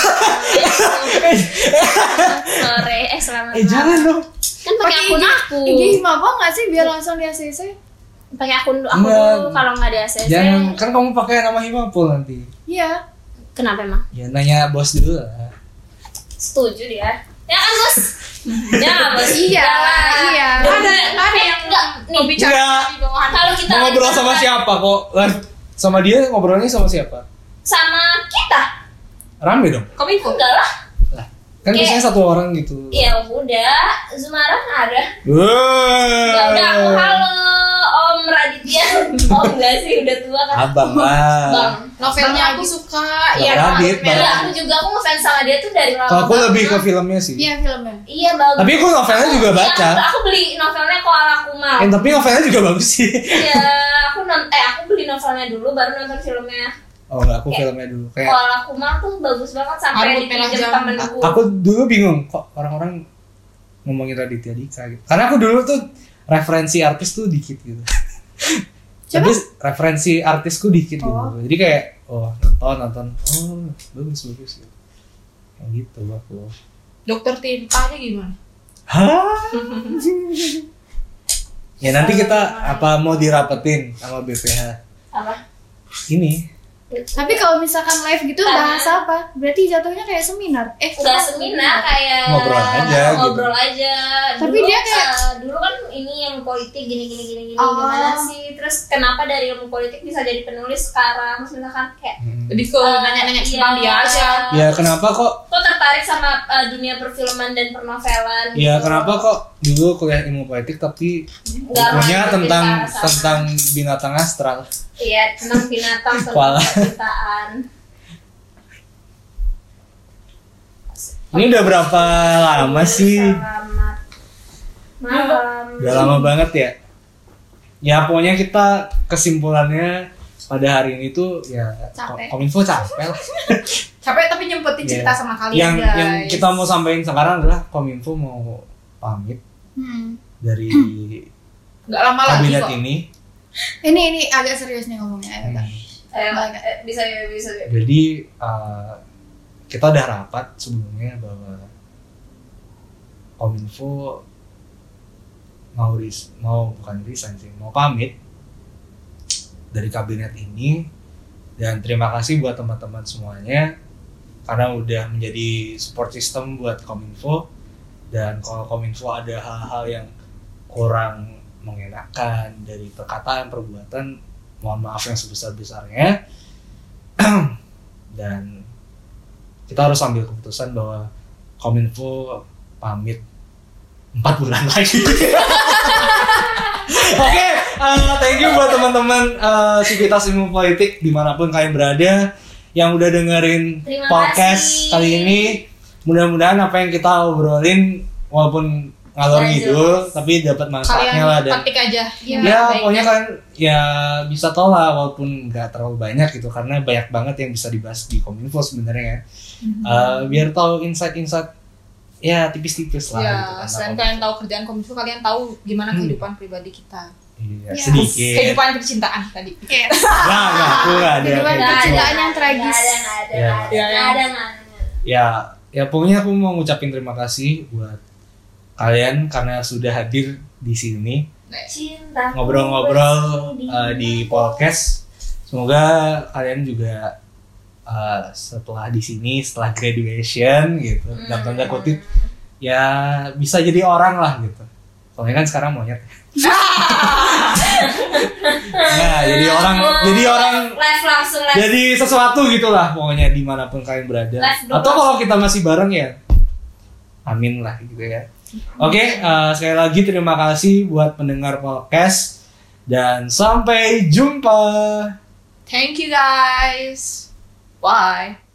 Sore, eh selamat
Eh jangan dong.
Kan pakai akun aku.
I G Himapol nggak sih biar langsung di A C C?
Pakai akun aku
Enggak.
dulu kalau nggak di A C C.
Jangan, kan kamu pakai nama Himapol nanti.
Iya.
Kenapa emang?
Ya nanya bos dulu lah.
Setuju dia. Ya kan bos? Ya nggak bos?
Iya,
lah.
iya.
Ada ada yang
Enggak, nih.
pembicara
Enggak.
di bawahan.
Kalau kita
Mau ngobrol
lagi
sama
makan
siapa kok? Live sama dia ngobrolnya sama siapa?
sama kita.
Rame dong.
Kominfo.
Enggak lah.
Lah, kan
Kayak-
biasanya satu orang gitu.
Ya udah, Zumarah ada.
Wah.
Ya udah aku halo Om Raditya. Oh enggak sih, udah tua kan.
Abang lah.
Bang.
Novelnya aku suka.
Bang
Iya,
Radit,
Bang.
Iya, aku juga aku ngefans sama dia tuh dari lama.
Kalau aku
banget.
lebih ke filmnya sih.
Iya filmnya.
Iya bagus.
Tapi aku novelnya juga
Iya,
baca.
aku, aku beli novelnya Koala Kumal.
Eh, tapi novelnya juga bagus sih.
Iya, aku non eh aku beli novelnya dulu baru nonton filmnya.
Oh enggak, aku filmnya dulu. Kayak
Koala Kumal tuh bagus banget sampai
Rambut merah
dipinjam
jam.
temenku.
aku dulu bingung kok orang-orang ngomongin Raditya Dika gitu. Karena aku dulu tuh referensi artis tuh dikit gitu. Tapi referensi artisku dikit gitu.
Oh.
Jadi kayak oh nonton nonton oh bagus bagus gitu kayak gitu aku.
Dokter Tintanya gimana?
Hah? Ya nanti kita apa mau dirapetin sama B P H
Apa?
ini.
Tapi kalau misalkan live gitu bahas apa? Berarti jatuhnya kayak seminar. Eh,
Enggak seminar, kayak
Ngobrol aja
ngobrol
gitu.
aja.
Tapi
Dulu,
dia kayak
eh, dulu kan ini yang politik gini gini gini gini
Oh.
gimana sih? Terus kenapa dari ilmu politik bisa jadi penulis sekarang? Terus misalkan kayak
Hmm.
Lebih ke
eh,
nanya-nanya
iya,
tentang dia aja.
Ya kenapa kok?
Kok tertarik sama eh, dunia perfilman dan pernovelan?
Ya
gitu?
kenapa kok dulu kuliah ilmu politik tapi
Nggak
bukunya
lanjutin
tentang
ke arah sana.
tentang binatang astral.
Iya, tentang binatang,
Koala.
tentang penciptaan.
Ini udah berapa lama sih?
Selamat malam.
Udah lama banget ya. Ya pokoknya kita kesimpulannya pada hari ini tuh ya
Capek.
Kominfo capek lah.
Capek tapi nyempetin
Iya.
cerita sama kalian
Yang
guys.
yang kita mau sampaikan sekarang adalah Kominfo mau pamit
Hmm.
dari
Nggak lama lagi
kabinet
kok.
ini.
Ini ini agak serius nih ngomongnya. Ayo, Kak.
Ayo,
Banget.
eh, bisa ya, bisa ya.
Jadi uh, kita udah rapat sebelumnya bahwa Kominfo mau ris mau bukan resign sih, mau pamit dari kabinet ini. Dan terima kasih buat teman-teman semuanya karena udah menjadi support system buat Kominfo. Dan kalau Kominfo ada hal-hal yang kurang mengenakan dari perkataan, perbuatan, mohon maaf yang sebesar-besarnya. Dan kita harus ambil keputusan bahwa Kominfo pamit empat bulan lagi. Oke, okay, uh, thank you buat teman-teman uh, Sivitas Ilmu Politik dimanapun kalian berada yang udah dengerin
Terima
podcast
kasih.
kali ini. Mudah-mudahan apa yang kita obrolin walaupun ngalor
Nggak
ngidul
jelas.
tapi dapat manfaatnya
Kalian
lah dan
petik aja.
Iya.
ya
baik.
pokoknya kalian ya bisa tahu lah walaupun nggak terlalu banyak gitu karena banyak banget yang bisa dibahas di Kominfo sebenarnya ya. Uh, biar tahu insight-insight ya tipis-tipis lah
Ya,
gitu kan.
selain kalian tahu kerjaan Kominfo, kalian tahu gimana
Hmm.
kehidupan pribadi kita.
Iya,
Yes.
sedikit.
Kehidupan percintaan tadi.
Yes.
Nah, enggak, aku enggak ada.
Kehidupan
kayak gitu.
percintaan yang tragis.
Nggak ada, nggak ada,
Ya.
nggak ada,
Ya,
nggak
ya.
ada, nggak ada.
Ya, ya pokoknya aku mau ngucapin terima kasih buat kalian karena sudah hadir di sini
Cinta
ngobrol-ngobrol uh, di podcast. Semoga kalian juga uh, setelah di sini, setelah graduation gitu, dalam tanda kutip ya bisa jadi orang lah gitu. Soalnya kan sekarang monyet. Nah, jadi orang, jadi orang,
live langsung live.
jadi sesuatu gitulah pokoknya dimanapun kalian berada.
Live dong.
Atau kalau kita masih bareng ya, amin lah gitu ya. Oke, uh, sekali lagi terima kasih buat pendengar podcast dan sampai jumpa.
Thank you guys. Bye.